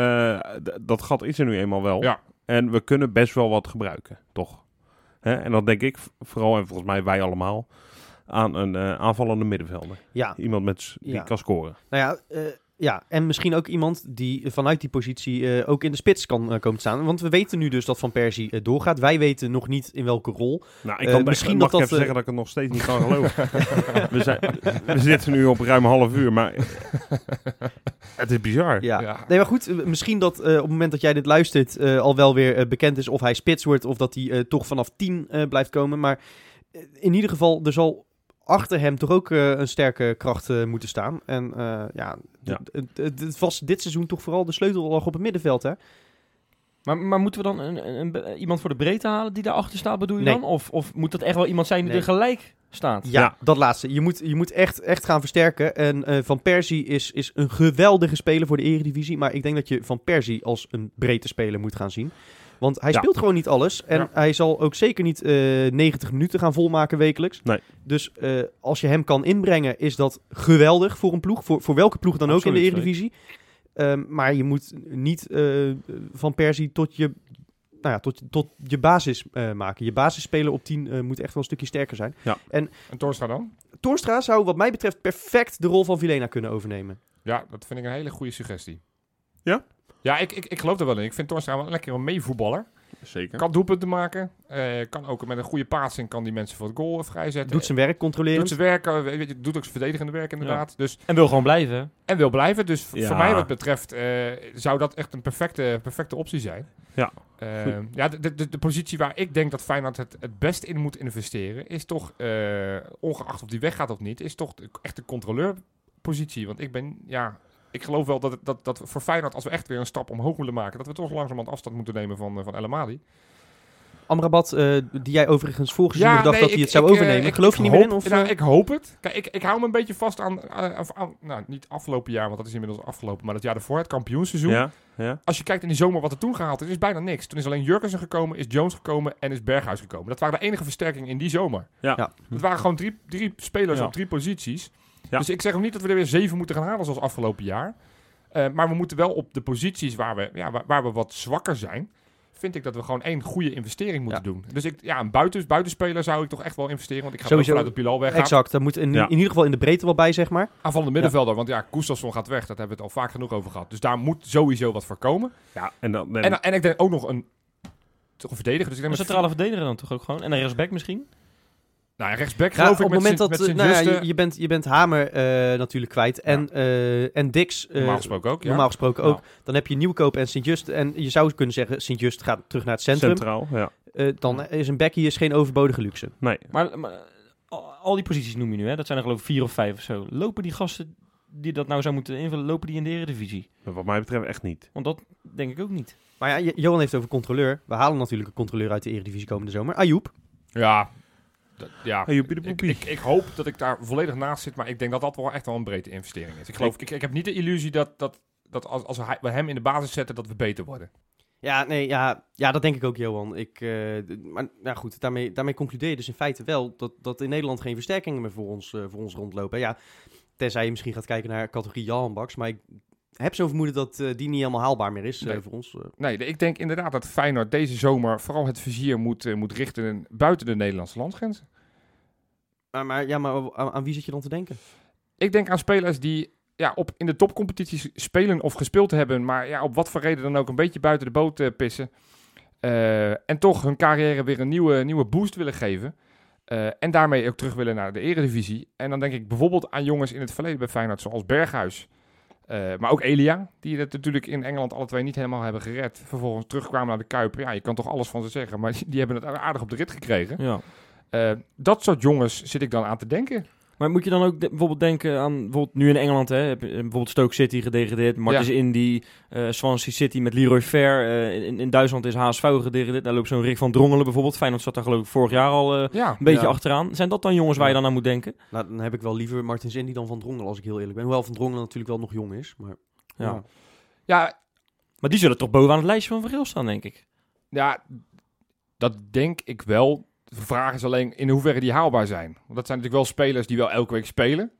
Dat gat is er nu eenmaal wel. Ja. En we kunnen best wel wat gebruiken, toch? Hè? En dan denk ik vooral, en volgens mij wij allemaal, aan een aanvallende middenvelder. Ja. Iemand die kan scoren. Nou ja, en misschien ook iemand die vanuit die positie ook in de spits kan komen te staan. Want we weten nu dus dat Van Persie doorgaat. Wij weten nog niet in welke rol. Nou, ik kan misschien mag dat ik even zeggen dat ik het nog steeds niet kan geloven. we zitten nu op ruim een half uur, maar het is bizar. Ja. Nee, maar goed, misschien dat op het moment dat jij dit luistert al wel weer bekend is of hij spits wordt of dat hij toch vanaf 10 blijft komen. Maar in ieder geval, er zal achter hem toch ook een sterke kracht moeten staan. En het was dit seizoen toch vooral de sleutel op het middenveld, hè? Maar moeten we dan iemand voor de breedte halen die daarachter staat, bedoel je Nee. dan? Of moet dat echt wel iemand zijn die er gelijk staat? Ja, dat laatste. Je moet echt gaan versterken. En Van Persie is een geweldige speler voor de Eredivisie. Maar ik denk dat je Van Persie als een breedte speler moet gaan zien. Want hij speelt gewoon niet alles. En hij zal ook zeker niet 90 minuten gaan volmaken wekelijks. Nee. Dus als je hem kan inbrengen, is dat geweldig voor een ploeg. Voor welke ploeg dan ook in de Eredivisie. Maar je moet niet Van Persie tot je basis maken. Je basisspeler op 10 moet echt wel een stukje sterker zijn. Ja. En Toornstra dan? Toornstra zou wat mij betreft perfect de rol van Vilena kunnen overnemen. Ja, dat vind ik een hele goede suggestie. Ja? Ja, ik geloof er wel in. Ik vind Toornstra wel lekker een meevoetballer. Zeker. Kan doelpunten maken. Kan ook met een goede passing kan die mensen voor het goal vrijzetten. Doet zijn werk, controlerend. Doet zijn werk, doet ook zijn verdedigende werk inderdaad. Ja. Dus, en wil gewoon blijven. En wil blijven. Dus voor mij wat betreft zou dat echt een perfecte optie zijn. Ja. De positie waar ik denk dat Feyenoord het best in moet investeren is toch, ongeacht of die weggaat of niet, is toch echt de controleurpositie. Want ik geloof wel dat voor Feyenoord, als we echt weer een stap omhoog willen maken, dat we toch langzamerhand afstand moeten nemen van El Amadi. Amrabat, die jij overigens vorig seizoen dacht dat hij het zou overnemen. Geloof je niet meer in? Of? Nou, ik hoop het. Kijk, ik hou me een beetje vast aan niet afgelopen jaar, want dat is inmiddels afgelopen, maar het jaar daarvoor, het kampioensseizoen. Ja. Als je kijkt in die zomer wat er toen gehaald is bijna niks. Toen is alleen Jurgensen gekomen, is Jones gekomen en is Berghuis gekomen. Dat waren de enige versterkingen in die zomer. Ja. Het waren gewoon drie spelers op 3 posities. Ja. Dus ik zeg ook niet dat we er weer 7 moeten gaan halen zoals afgelopen jaar. Maar we moeten wel op de posities waar we wat zwakker zijn, vind ik dat we gewoon 1 goede investering moeten doen. Dus een buitenspeler zou ik toch echt wel investeren. Want ik ga Sowieso vanuit dat Bilal weggaan. Exact, daar moet in ieder geval in de breedte wel bij, zeg maar. Aanvallende middenvelder, want Gustafsson gaat weg. Dat hebben we het al vaak genoeg over gehad. Dus daar moet sowieso wat voor komen. Ja, en ik denk ook nog een verdediger. Dus ik denk Een centrale verdediger dan toch ook gewoon? En een rechtsback misschien? Nou, rechtsback geloof ik op het moment met dat Sint-Juste. je bent Hamer natuurlijk kwijt en Dix Normaal gesproken ook, normaal gesproken ook. Dan heb je Nieuwkoop en Sint-Juste. En je zou kunnen zeggen, Sint-Juste gaat terug naar het centrum. Centraal, ja. Dan is een back hier geen overbodige luxe. Nee. Maar al die posities noem je nu, hè? Dat zijn er geloof ik 4 of 5 of zo. Lopen die gasten die dat nou zou moeten invullen, lopen die in de Eredivisie? Wat mij betreft echt niet. Want dat denk ik ook niet. Maar ja, Johan heeft over controleur. We halen natuurlijk een controleur uit de Eredivisie komende zomer. Ayoub. Ja. Ik hoop dat ik daar volledig naast zit, maar ik denk dat dat wel echt wel een breedte investering is. Ik heb niet de illusie dat als we hem in de basis zetten, dat we beter worden. Ja, dat denk ik ook, Johan. Maar goed, daarmee concludeer je dus in feite wel dat in Nederland geen versterkingen meer voor ons rondlopen. Ja, tenzij je misschien gaat kijken naar categorie Johan Baks, maar ik heb zo'n vermoeden dat die niet helemaal haalbaar meer is voor ons. Nee, ik denk inderdaad dat Feyenoord deze zomer vooral het vizier moet richten buiten de Nederlandse landsgrenzen. Maar aan wie zit je dan te denken? Ik denk aan spelers die in de topcompetities spelen of gespeeld hebben, maar op wat voor reden dan ook een beetje buiten de boot pissen. En toch hun carrière weer een nieuwe boost willen geven. En daarmee ook terug willen naar de Eredivisie. En dan denk ik bijvoorbeeld aan jongens in het verleden bij Feyenoord, zoals Berghuis. Maar ook Elia, die het natuurlijk in Engeland alle twee niet helemaal hebben gered. Vervolgens terugkwamen naar de Kuip. Ja, je kan toch alles van ze zeggen, maar die hebben het aardig op de rit gekregen. Ja. Dat soort jongens zit ik dan aan te denken. Maar moet je dan ook bijvoorbeeld denken aan, bijvoorbeeld nu in Engeland, hè, bijvoorbeeld Stoke City gedegradeerd, Martins Indy, Swansea City met Leroy Fer. In Duitsland is HSV gedegradeerd. Daar loopt zo'n Rick van Drongelen bijvoorbeeld. Feyenoord zat daar geloof ik vorig jaar al een beetje achteraan. Zijn dat dan jongens waar je dan aan moet denken? Nou, dan heb ik wel liever Martins Indy dan Van Drongelen, als ik heel eerlijk ben. Hoewel Van Drongelen natuurlijk wel nog jong is. Maar, Maar die zullen toch bovenaan het lijstje van Geel staan, denk ik. Ja, dat denk ik wel. De vraag is alleen in hoeverre die haalbaar zijn. Want dat zijn natuurlijk wel spelers die wel elke week spelen.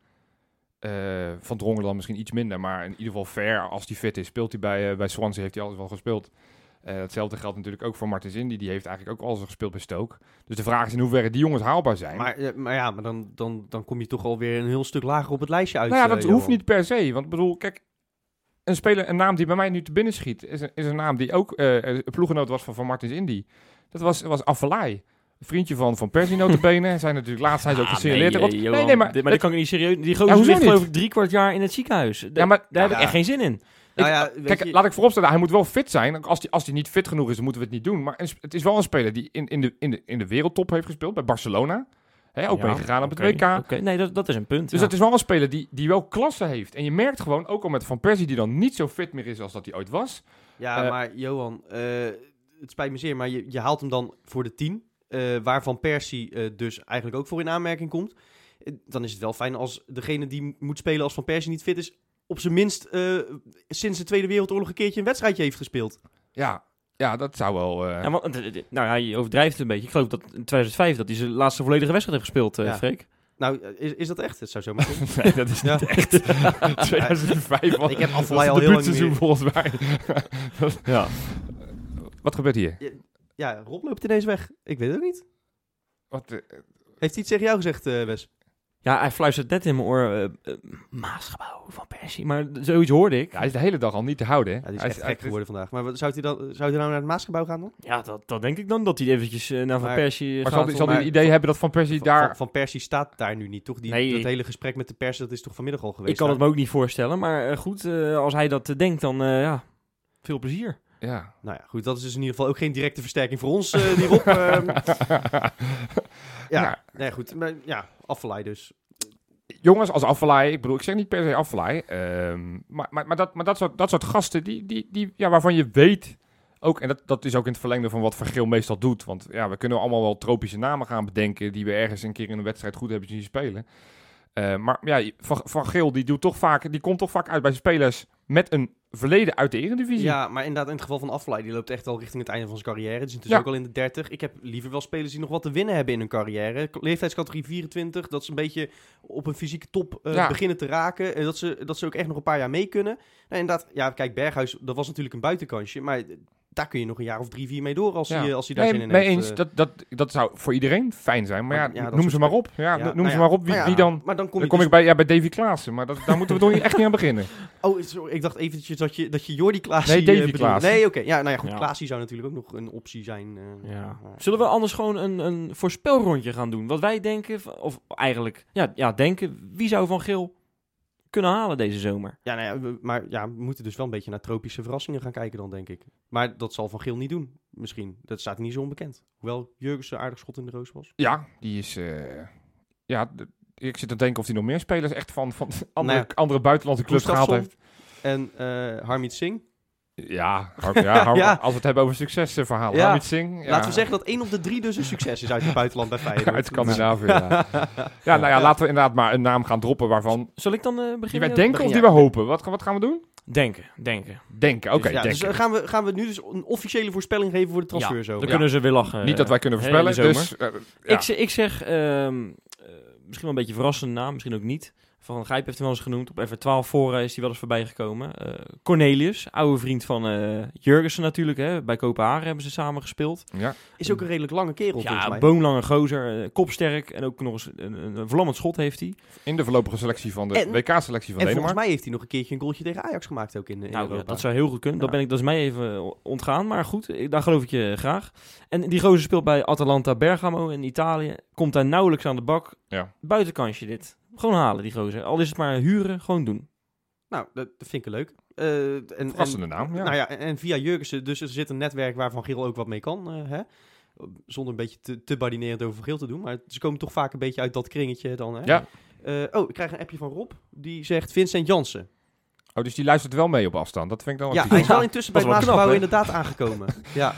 Van Drongelen dan misschien iets minder. Maar in ieder geval Fer, als die fit is, speelt hij bij Swansea. Heeft hij altijd wel gespeeld. Hetzelfde geldt natuurlijk ook voor Martins Indy. Die heeft eigenlijk ook alles gespeeld bij Stoke. Dus de vraag is in hoeverre die jongens haalbaar zijn. Maar dan kom je toch alweer een heel stuk lager op het lijstje uit. Nou ja, dat hoeft niet per se. Want ik bedoel, kijk, een naam die bij mij nu te binnen schiet, is een naam die ook een ploeggenoot was van Martins Indy. Dat was Afellay. Een vriendje van Persie notabene. Zijn natuurlijk laatst ook gesignaleerd. Nee, maar dat kan ik niet serieus. Die gozer ligt geloof ik 3/4 jaar in het ziekenhuis. Maar daar heb ik echt geen zin in. Kijk, laat ik vooropstellen, hij moet wel fit zijn. Als hij niet fit genoeg is, dan moeten we het niet doen. Maar het is wel een speler die in de wereldtop heeft gespeeld bij Barcelona. Ook meegegaan op het WK. Nee, dat is een punt. Dus dat is wel een speler die wel klasse heeft. En je merkt gewoon, ook al met Van Persie, die dan niet zo fit meer is als dat hij ooit was. Ja, maar Johan, het spijt me zeer, maar je haalt hem dan voor de 10. Waar Van Persie dus eigenlijk ook voor in aanmerking komt. Dan is het wel fijn als degene die moet spelen als Van Persie niet fit is, op zijn minst sinds de Tweede Wereldoorlog een keertje een wedstrijdje heeft gespeeld. Ja, dat zou wel... je overdrijft het een beetje. Ik geloof dat in 2005 dat hij zijn laatste volledige wedstrijd heeft gespeeld, Freek. Nou, is dat echt? Het zou zo maar kunnen. Nee, dat is niet echt. 2005 was ik heb Afellay al heel lang niet volgens mij. Ja. Wat gebeurt hier? Ja, Rob loopt ineens weg. Ik weet het ook niet. Wat? Heeft hij iets tegen jou gezegd, Wes? Ja, hij fluistert net in mijn oor, Maasgebouw van Persie. Maar zoiets hoorde ik. Ja, hij is de hele dag al niet te houden. Hè? Ja, die is echt gek geworden vandaag. Maar zou hij nou naar het Maasgebouw gaan dan? Ja, dat denk ik dan. Dat hij eventjes naar Van Persie gaat. Maar zal hij een idee hebben dat Van Persie daar... Van Persie staat daar nu niet, toch? Dat hele gesprek met de pers, dat is toch vanmiddag al geweest? Ik kan het me ook niet voorstellen. Maar goed, als hij dat denkt, dan veel plezier. Ja. Nou ja, goed. Dat is dus in ieder geval ook geen directe versterking voor ons, die Rob. Nee, goed. Maar, Afellay dus. Jongens als Afellay, ik zeg niet per se Afellay, maar dat soort gasten die waarvan je weet ook, en dat is ook in het verlengde van wat Van Geel meestal doet, want we kunnen allemaal wel tropische namen gaan bedenken die we ergens een keer in een wedstrijd goed hebben zien spelen. Maar Van Geel die komt toch vaak uit bij spelers met een verleden uit de Eredivisie. Ja, maar inderdaad in het geval van Afellay, die loopt echt al richting het einde van zijn carrière. Die is dus ook al in de 30. Ik heb liever wel spelers die nog wat te winnen hebben in hun carrière. Leeftijdscategorie 24, dat ze een beetje op een fysieke top beginnen te raken. En dat ze ook echt nog een paar jaar mee kunnen. Nou, inderdaad, kijk, Berghuis, dat was natuurlijk een buitenkansje, maar daar kun je nog een jaar of 3-4 mee door als Ja. hij daar zin in heeft. Dat zou voor iedereen fijn zijn. Maar Maar ja, dat noem soort ze maar op. Ja, Ja, noem ze maar op. Wie dan? Maar dan kom Dan je kom dus- ik bij Davy Klaassen. Maar daar moeten we toch echt niet aan beginnen. Oh, sorry, ik dacht eventjes dat je Jordi Klaasie... Nee, Davy bedoelde. Klaassen. Nee, oké. Ja, nou ja, goed. Ja. Klaasie zou natuurlijk ook nog een optie zijn. Zullen we anders gewoon een voorspelrondje gaan doen? Wat wij denken, of eigenlijk denken, wie zou Van Geel kunnen halen deze zomer? Ja, nou ja, maar ja, we moeten dus wel een beetje naar tropische verrassingen gaan kijken dan, denk ik. Maar dat zal Van Geel niet doen, misschien. Dat staat niet zo onbekend. Hoewel Jurgensen aardig schot in de roos was. Ja, die is... ik zit te denken of hij nog meer spelers echt van Nou andere buitenlandse clubs gehaald heeft. En Harmit Singh. Ja, Ja. als we het hebben over succesverhalen. Ja. Harmit Singh. Ja. Laten we zeggen dat 1 op de 3 dus een succes is uit het buitenland bij Feyenoord. Uit Scandinavië, ja. Laten we inderdaad maar een naam gaan droppen waarvan... Zal ik dan Die beginnen? wij denken begin of die jij. we hopen? Wat gaan we doen? Denken. Denken, oké. Ja, dus denken. gaan we nu dus een officiële voorspelling geven voor de transfer zo. Dan Ja. kunnen ze weer lachen. Niet dat wij kunnen in voorspellen, de zomer. dus... Ik zeg misschien wel een beetje een verrassende naam, misschien ook niet. Van Gijp heeft hem wel eens genoemd. Op F12 voor is hij wel eens voorbij gekomen. Cornelius, oude vriend van Jurgensen natuurlijk. Hè. Bij Kopenhagen hebben ze samen gespeeld. Ja. Is ook een redelijk lange kerel volgens Ja, mij. boomlange gozer, kopsterk. En ook nog eens een vlammend schot heeft hij. In de voorlopige selectie van de En- WK-selectie van En volgens Denemarken. mij heeft hij nog een keertje een goaltje tegen Ajax gemaakt ook in Nou, Europa. ja, dat zou heel goed kunnen. Ja. Dat is mij even ontgaan. Maar goed, daar geloof ik je graag. En die gozer speelt bij Atalanta Bergamo in Italië. Komt daar nauwelijks aan de bak. Ja. Buitenkansje dit. Gewoon halen die gozer. Al is het maar huren, gewoon doen. Nou, dat vind ik leuk. Verrassende naam, ja. Nou ja, en via Jurgensen, dus er zit een netwerk waar Van Geel ook wat mee kan. Hè? Zonder een beetje te badinerend over Van Geel te doen. Maar ze komen toch vaak een beetje uit dat kringetje dan. Hè? Ja. Ik krijg een appje van Rob. Die zegt Vincent Janssen. Oh, dus die luistert wel mee op afstand. Dat vind ik dan wel Ja, typisch. hij is wel intussen bij Dat het is wel Maasgebouw knap, hè? inderdaad aangekomen. Ja,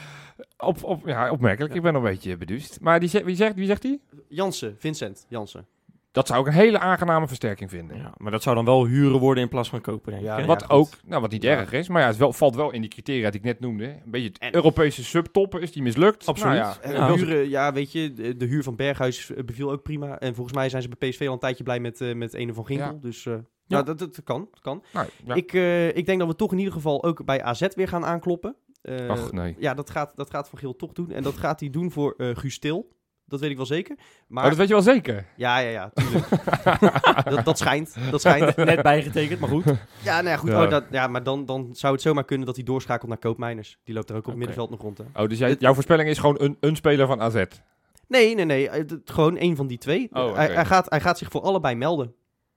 Ja, opmerkelijk. Ik ben nog een beetje beduust. Maar wie zegt die? Janssen, Vincent Janssen. Dat zou ik een hele aangename versterking vinden. Ja, maar dat zou dan wel huren worden in plaats van kopen, denk ik. Ja, hè? Wat goed. ook, wat niet Ja. erg is, maar ja, valt wel in die criteria die ik net noemde. Een beetje het En- Europese subtoppen is die mislukt. Absoluut. Nou ja, En Ja. huren, weet je, de huur van Berghuis beviel ook prima. En volgens mij zijn ze bij PSV al een tijdje blij met Ene van Ginkel. Ja. Dus nou, dat kan. nou, ja. Ik denk dat we toch in ieder geval ook bij AZ weer gaan aankloppen. Ach, nee. Ja, dat gaat Van Geel toch doen. En dat gaat hij doen voor Guus Til. Dat weet ik wel zeker. Maar Oh, dat weet je wel zeker. ja, tuurlijk. dat schijnt. Net bijgetekend, maar goed. Ja, nou ja, goed. Ja. Maar dan zou het zomaar kunnen dat hij doorschakelt naar Koopmeiners. Die loopt er ook op het middenveld nog rond. Hè? Oh, dus jouw voorspelling is gewoon een speler van AZ. Nee. Gewoon één van die twee. Oh, oké. Hij gaat zich voor allebei melden.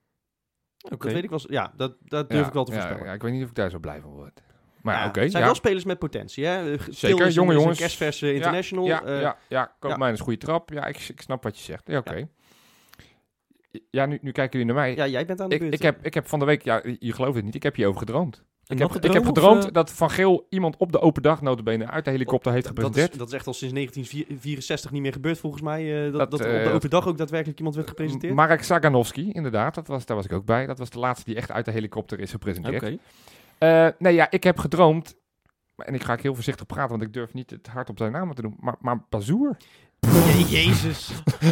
Oké. Dat weet ik wel. Ja, dat durf ik wel te voorspellen. Ja, ik weet niet of ik daar zo blij van word. Maar Ja, oké. het zijn ja. wel spelers met potentie. Hè? Til Zeker, is jonge een jongens. kerstverse international. Koopmijn is een goede trap. Ja, ik snap wat je zegt. Ja, oké. Ja, nu kijken jullie naar mij. Ja, jij bent aan de beurt. Ik heb van de week, ja, je gelooft het niet, ik heb hierover gedroomd. En Ik nog heb gedroomd, gedroomd of, dat Van Geel iemand op de open dag notabene uit de helikopter heeft gepresenteerd. Dat is echt al sinds 1964 niet meer gebeurd volgens mij. Dat Dat, op de open dag ook daadwerkelijk iemand werd gepresenteerd. Marek Saganovski, inderdaad. Daar was ik ook bij. Dat was de laatste die echt uit de helikopter is gepresenteerd. Oké. Nee, ja, ik heb gedroomd. En ik ga heel voorzichtig praten, want ik durf niet het hard op zijn naam te doen. Maar Bazoer. Jezus.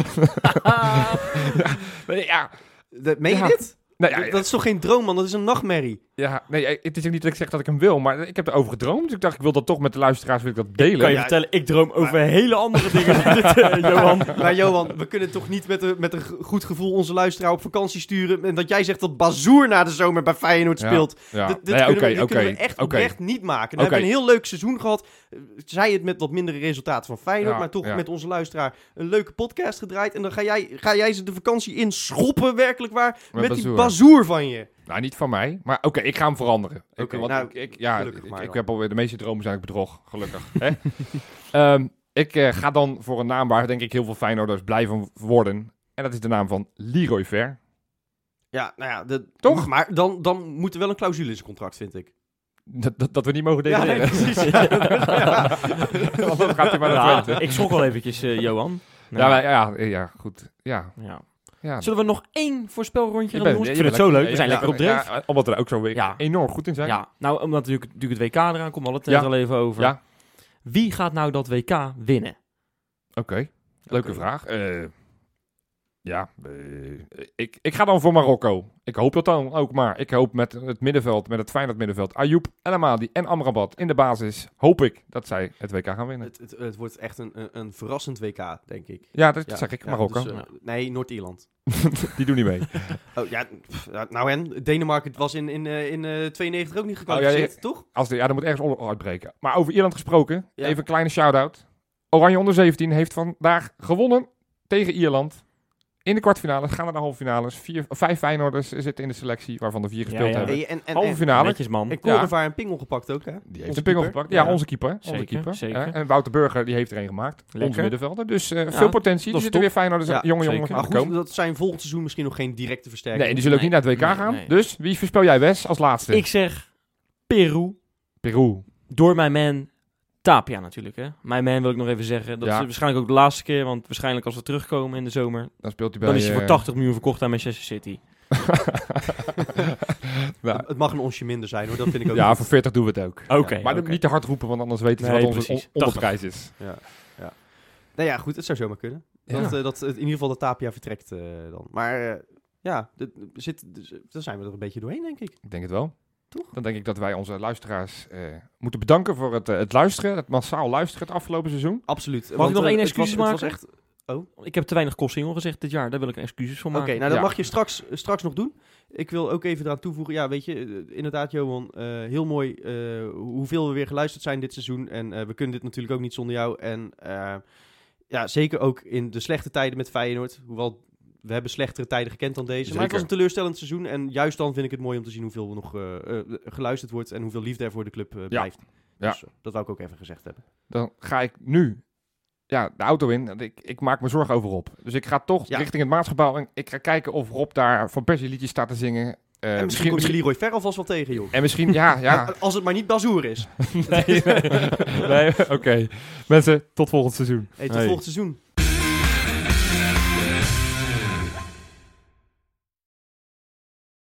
Ja, Meen je Ja. dit? nou ja, Dat is toch geen droom, man? Dat is een nachtmerrie. ja, nee, het is ook niet dat ik zeg dat ik hem wil, maar ik heb erover gedroomd. Dus ik dacht, ik wil dat toch met de luisteraars wil ik dat delen. Kan je Ja, vertellen, ik droom over hele andere dingen dan dit, Johan. Maar Johan, we kunnen toch niet met een goed gevoel onze luisteraar op vakantie sturen. En dat jij zegt dat Bazoer na de zomer bij Feyenoord Ja. speelt. Ja. Dit Nee, kunnen we echt oprecht niet maken. We hebben een heel leuk seizoen gehad. Zij het met wat mindere resultaten van Feyenoord. Ja, Maar toch ja. met onze luisteraar een leuke podcast gedraaid. En dan ga jij ze de vakantie in schoppen, werkelijk waar. Met die Bazoer. Bazoer van je. Nou, niet van mij, maar oké, ik ga hem veranderen. Oké, Want nou, gelukkig maar ik dan. heb alweer de meeste dromen zijn ik bedrog, gelukkig. Hè? Ik ga dan voor een naam waar denk ik heel veel Feyenoorders blij van worden. En dat is de naam van Leroy Ver. Ja, nou ja. Toch? Maar dan moet er wel een clausule in zijn contract, vind ik. Dat we niet mogen Ja, degraderen. precies. Ja. Want dan gaat hij maar naar Ja, Twente. ik schrok wel eventjes, Johan. Ja, goed. Ja. Ja. Zullen we nog één voorspelrondje Je gaan bent- doen? je Ik vind het bent zo leuk. lekker- We zijn ja, lekker op dreef. ja, omdat we er ook zo weer Ja. enorm goed in zijn. Ja, nou, omdat natuurlijk het WK eraan komt, we hadden het net Ja. al even over. Ja. Wie gaat nou dat WK winnen? Oké. Leuke Oké. vraag. Ja, ik ga dan voor Marokko. Ik hoop dat dan ook maar. Ik hoop met het middenveld, met het Feyenoord middenveld, Ayoub, El Amadi en Amrabat in de basis, hoop ik dat zij het WK gaan winnen. Het wordt echt een verrassend WK, denk ik. Ja, dat zeg ik, Marokko. Dus, nee, Noord-Ierland. Die doen niet mee. Oh ja, nou en? Denemarken was in 92 ook niet gekwalificeerd, toch? Er moet ergens oorlog uitbreken. Maar over Ierland gesproken, Ja. even een kleine shout-out. Oranje onder 17 heeft vandaag gewonnen tegen Ierland. In de kwartfinales, gaan naar de halve finales. 5 Feyenoorders zitten in de selectie, waarvan de 4 gespeeld ja. hebben. Hey, Halve finale. Netjes, man. En Korevaar en Pingel gepakt ook, hè? Die heeft Onze een pingel keeper. gepakt. Ja, Ja. onze keeper. Zeker, zeker. En Wouter Burger, die heeft er een gemaakt. Lekker. Onze middenvelder. Dus veel potentie. dat Er is zitten top. weer Feyenoorders, Ja, jonge zeker. jongens Maar aan te goed, komen. dat zijn volgend seizoen misschien nog geen directe versterking. Nee, die zullen ook niet naar het WK Nee, gaan. nee. Dus wie voorspel jij, Wes, als laatste? Ik zeg Peru. Peru. Door mijn man Tapia natuurlijk, hè. Mijn man wil ik nog even zeggen. Dat Ja. is waarschijnlijk ook de laatste keer, want waarschijnlijk als we terugkomen in de zomer, Dan speelt hij bij... dan is hij voor 80 miljoen verkocht aan Manchester City. Nou, Het mag een onsje minder zijn, hoor. Dat vind ik ook ja, goed. voor 40 doen we het ook. Oké. Maar oké. niet te hard roepen, want anders weten ze Nee, wat onze precies. onderprijs is. Nou ja, goed, het zou zomaar kunnen. Ja. Dat in ieder geval de Tapia vertrekt dan. Maar ja, daar zijn we er een beetje doorheen, denk ik. Ik denk het wel. Toch? Dan denk ik dat wij onze luisteraars moeten bedanken voor het luisteren. Het massaal luisteren het afgelopen seizoen. Absoluut. Mag ik nog één het excuus was maken? echt... Ik heb te weinig Kossingel gezegd dit jaar, daar wil ik excuses voor Oké, maken. nou dat Ja. mag je straks nog doen. Ik wil ook even eraan toevoegen. Ja, weet je, inderdaad Johan, heel mooi hoeveel we weer geluisterd zijn dit seizoen. En we kunnen dit natuurlijk ook niet zonder jou. En ja, zeker ook in de slechte tijden met Feyenoord. Hoewel, we hebben slechtere tijden gekend dan deze. Zeker. Maar het was een teleurstellend seizoen. En juist dan vind ik het mooi om te zien hoeveel er nog geluisterd wordt. En hoeveel liefde er voor de club blijft. Ja. Dus dat wou ik ook even gezegd hebben. Dan ga ik nu de auto in. Ik maak me zorgen over Rob. Dus ik ga toch Ja. richting het Maartsgebouw. En ik ga kijken of Rob daar Van Persie liedjes staat te zingen. En misschien komt Leroy Ver alvast wel tegen, joh. En misschien, ja. Als het maar niet Bazoer is. Nee, oké. Mensen, tot volgend seizoen. Hey, tot Hey. volgend seizoen.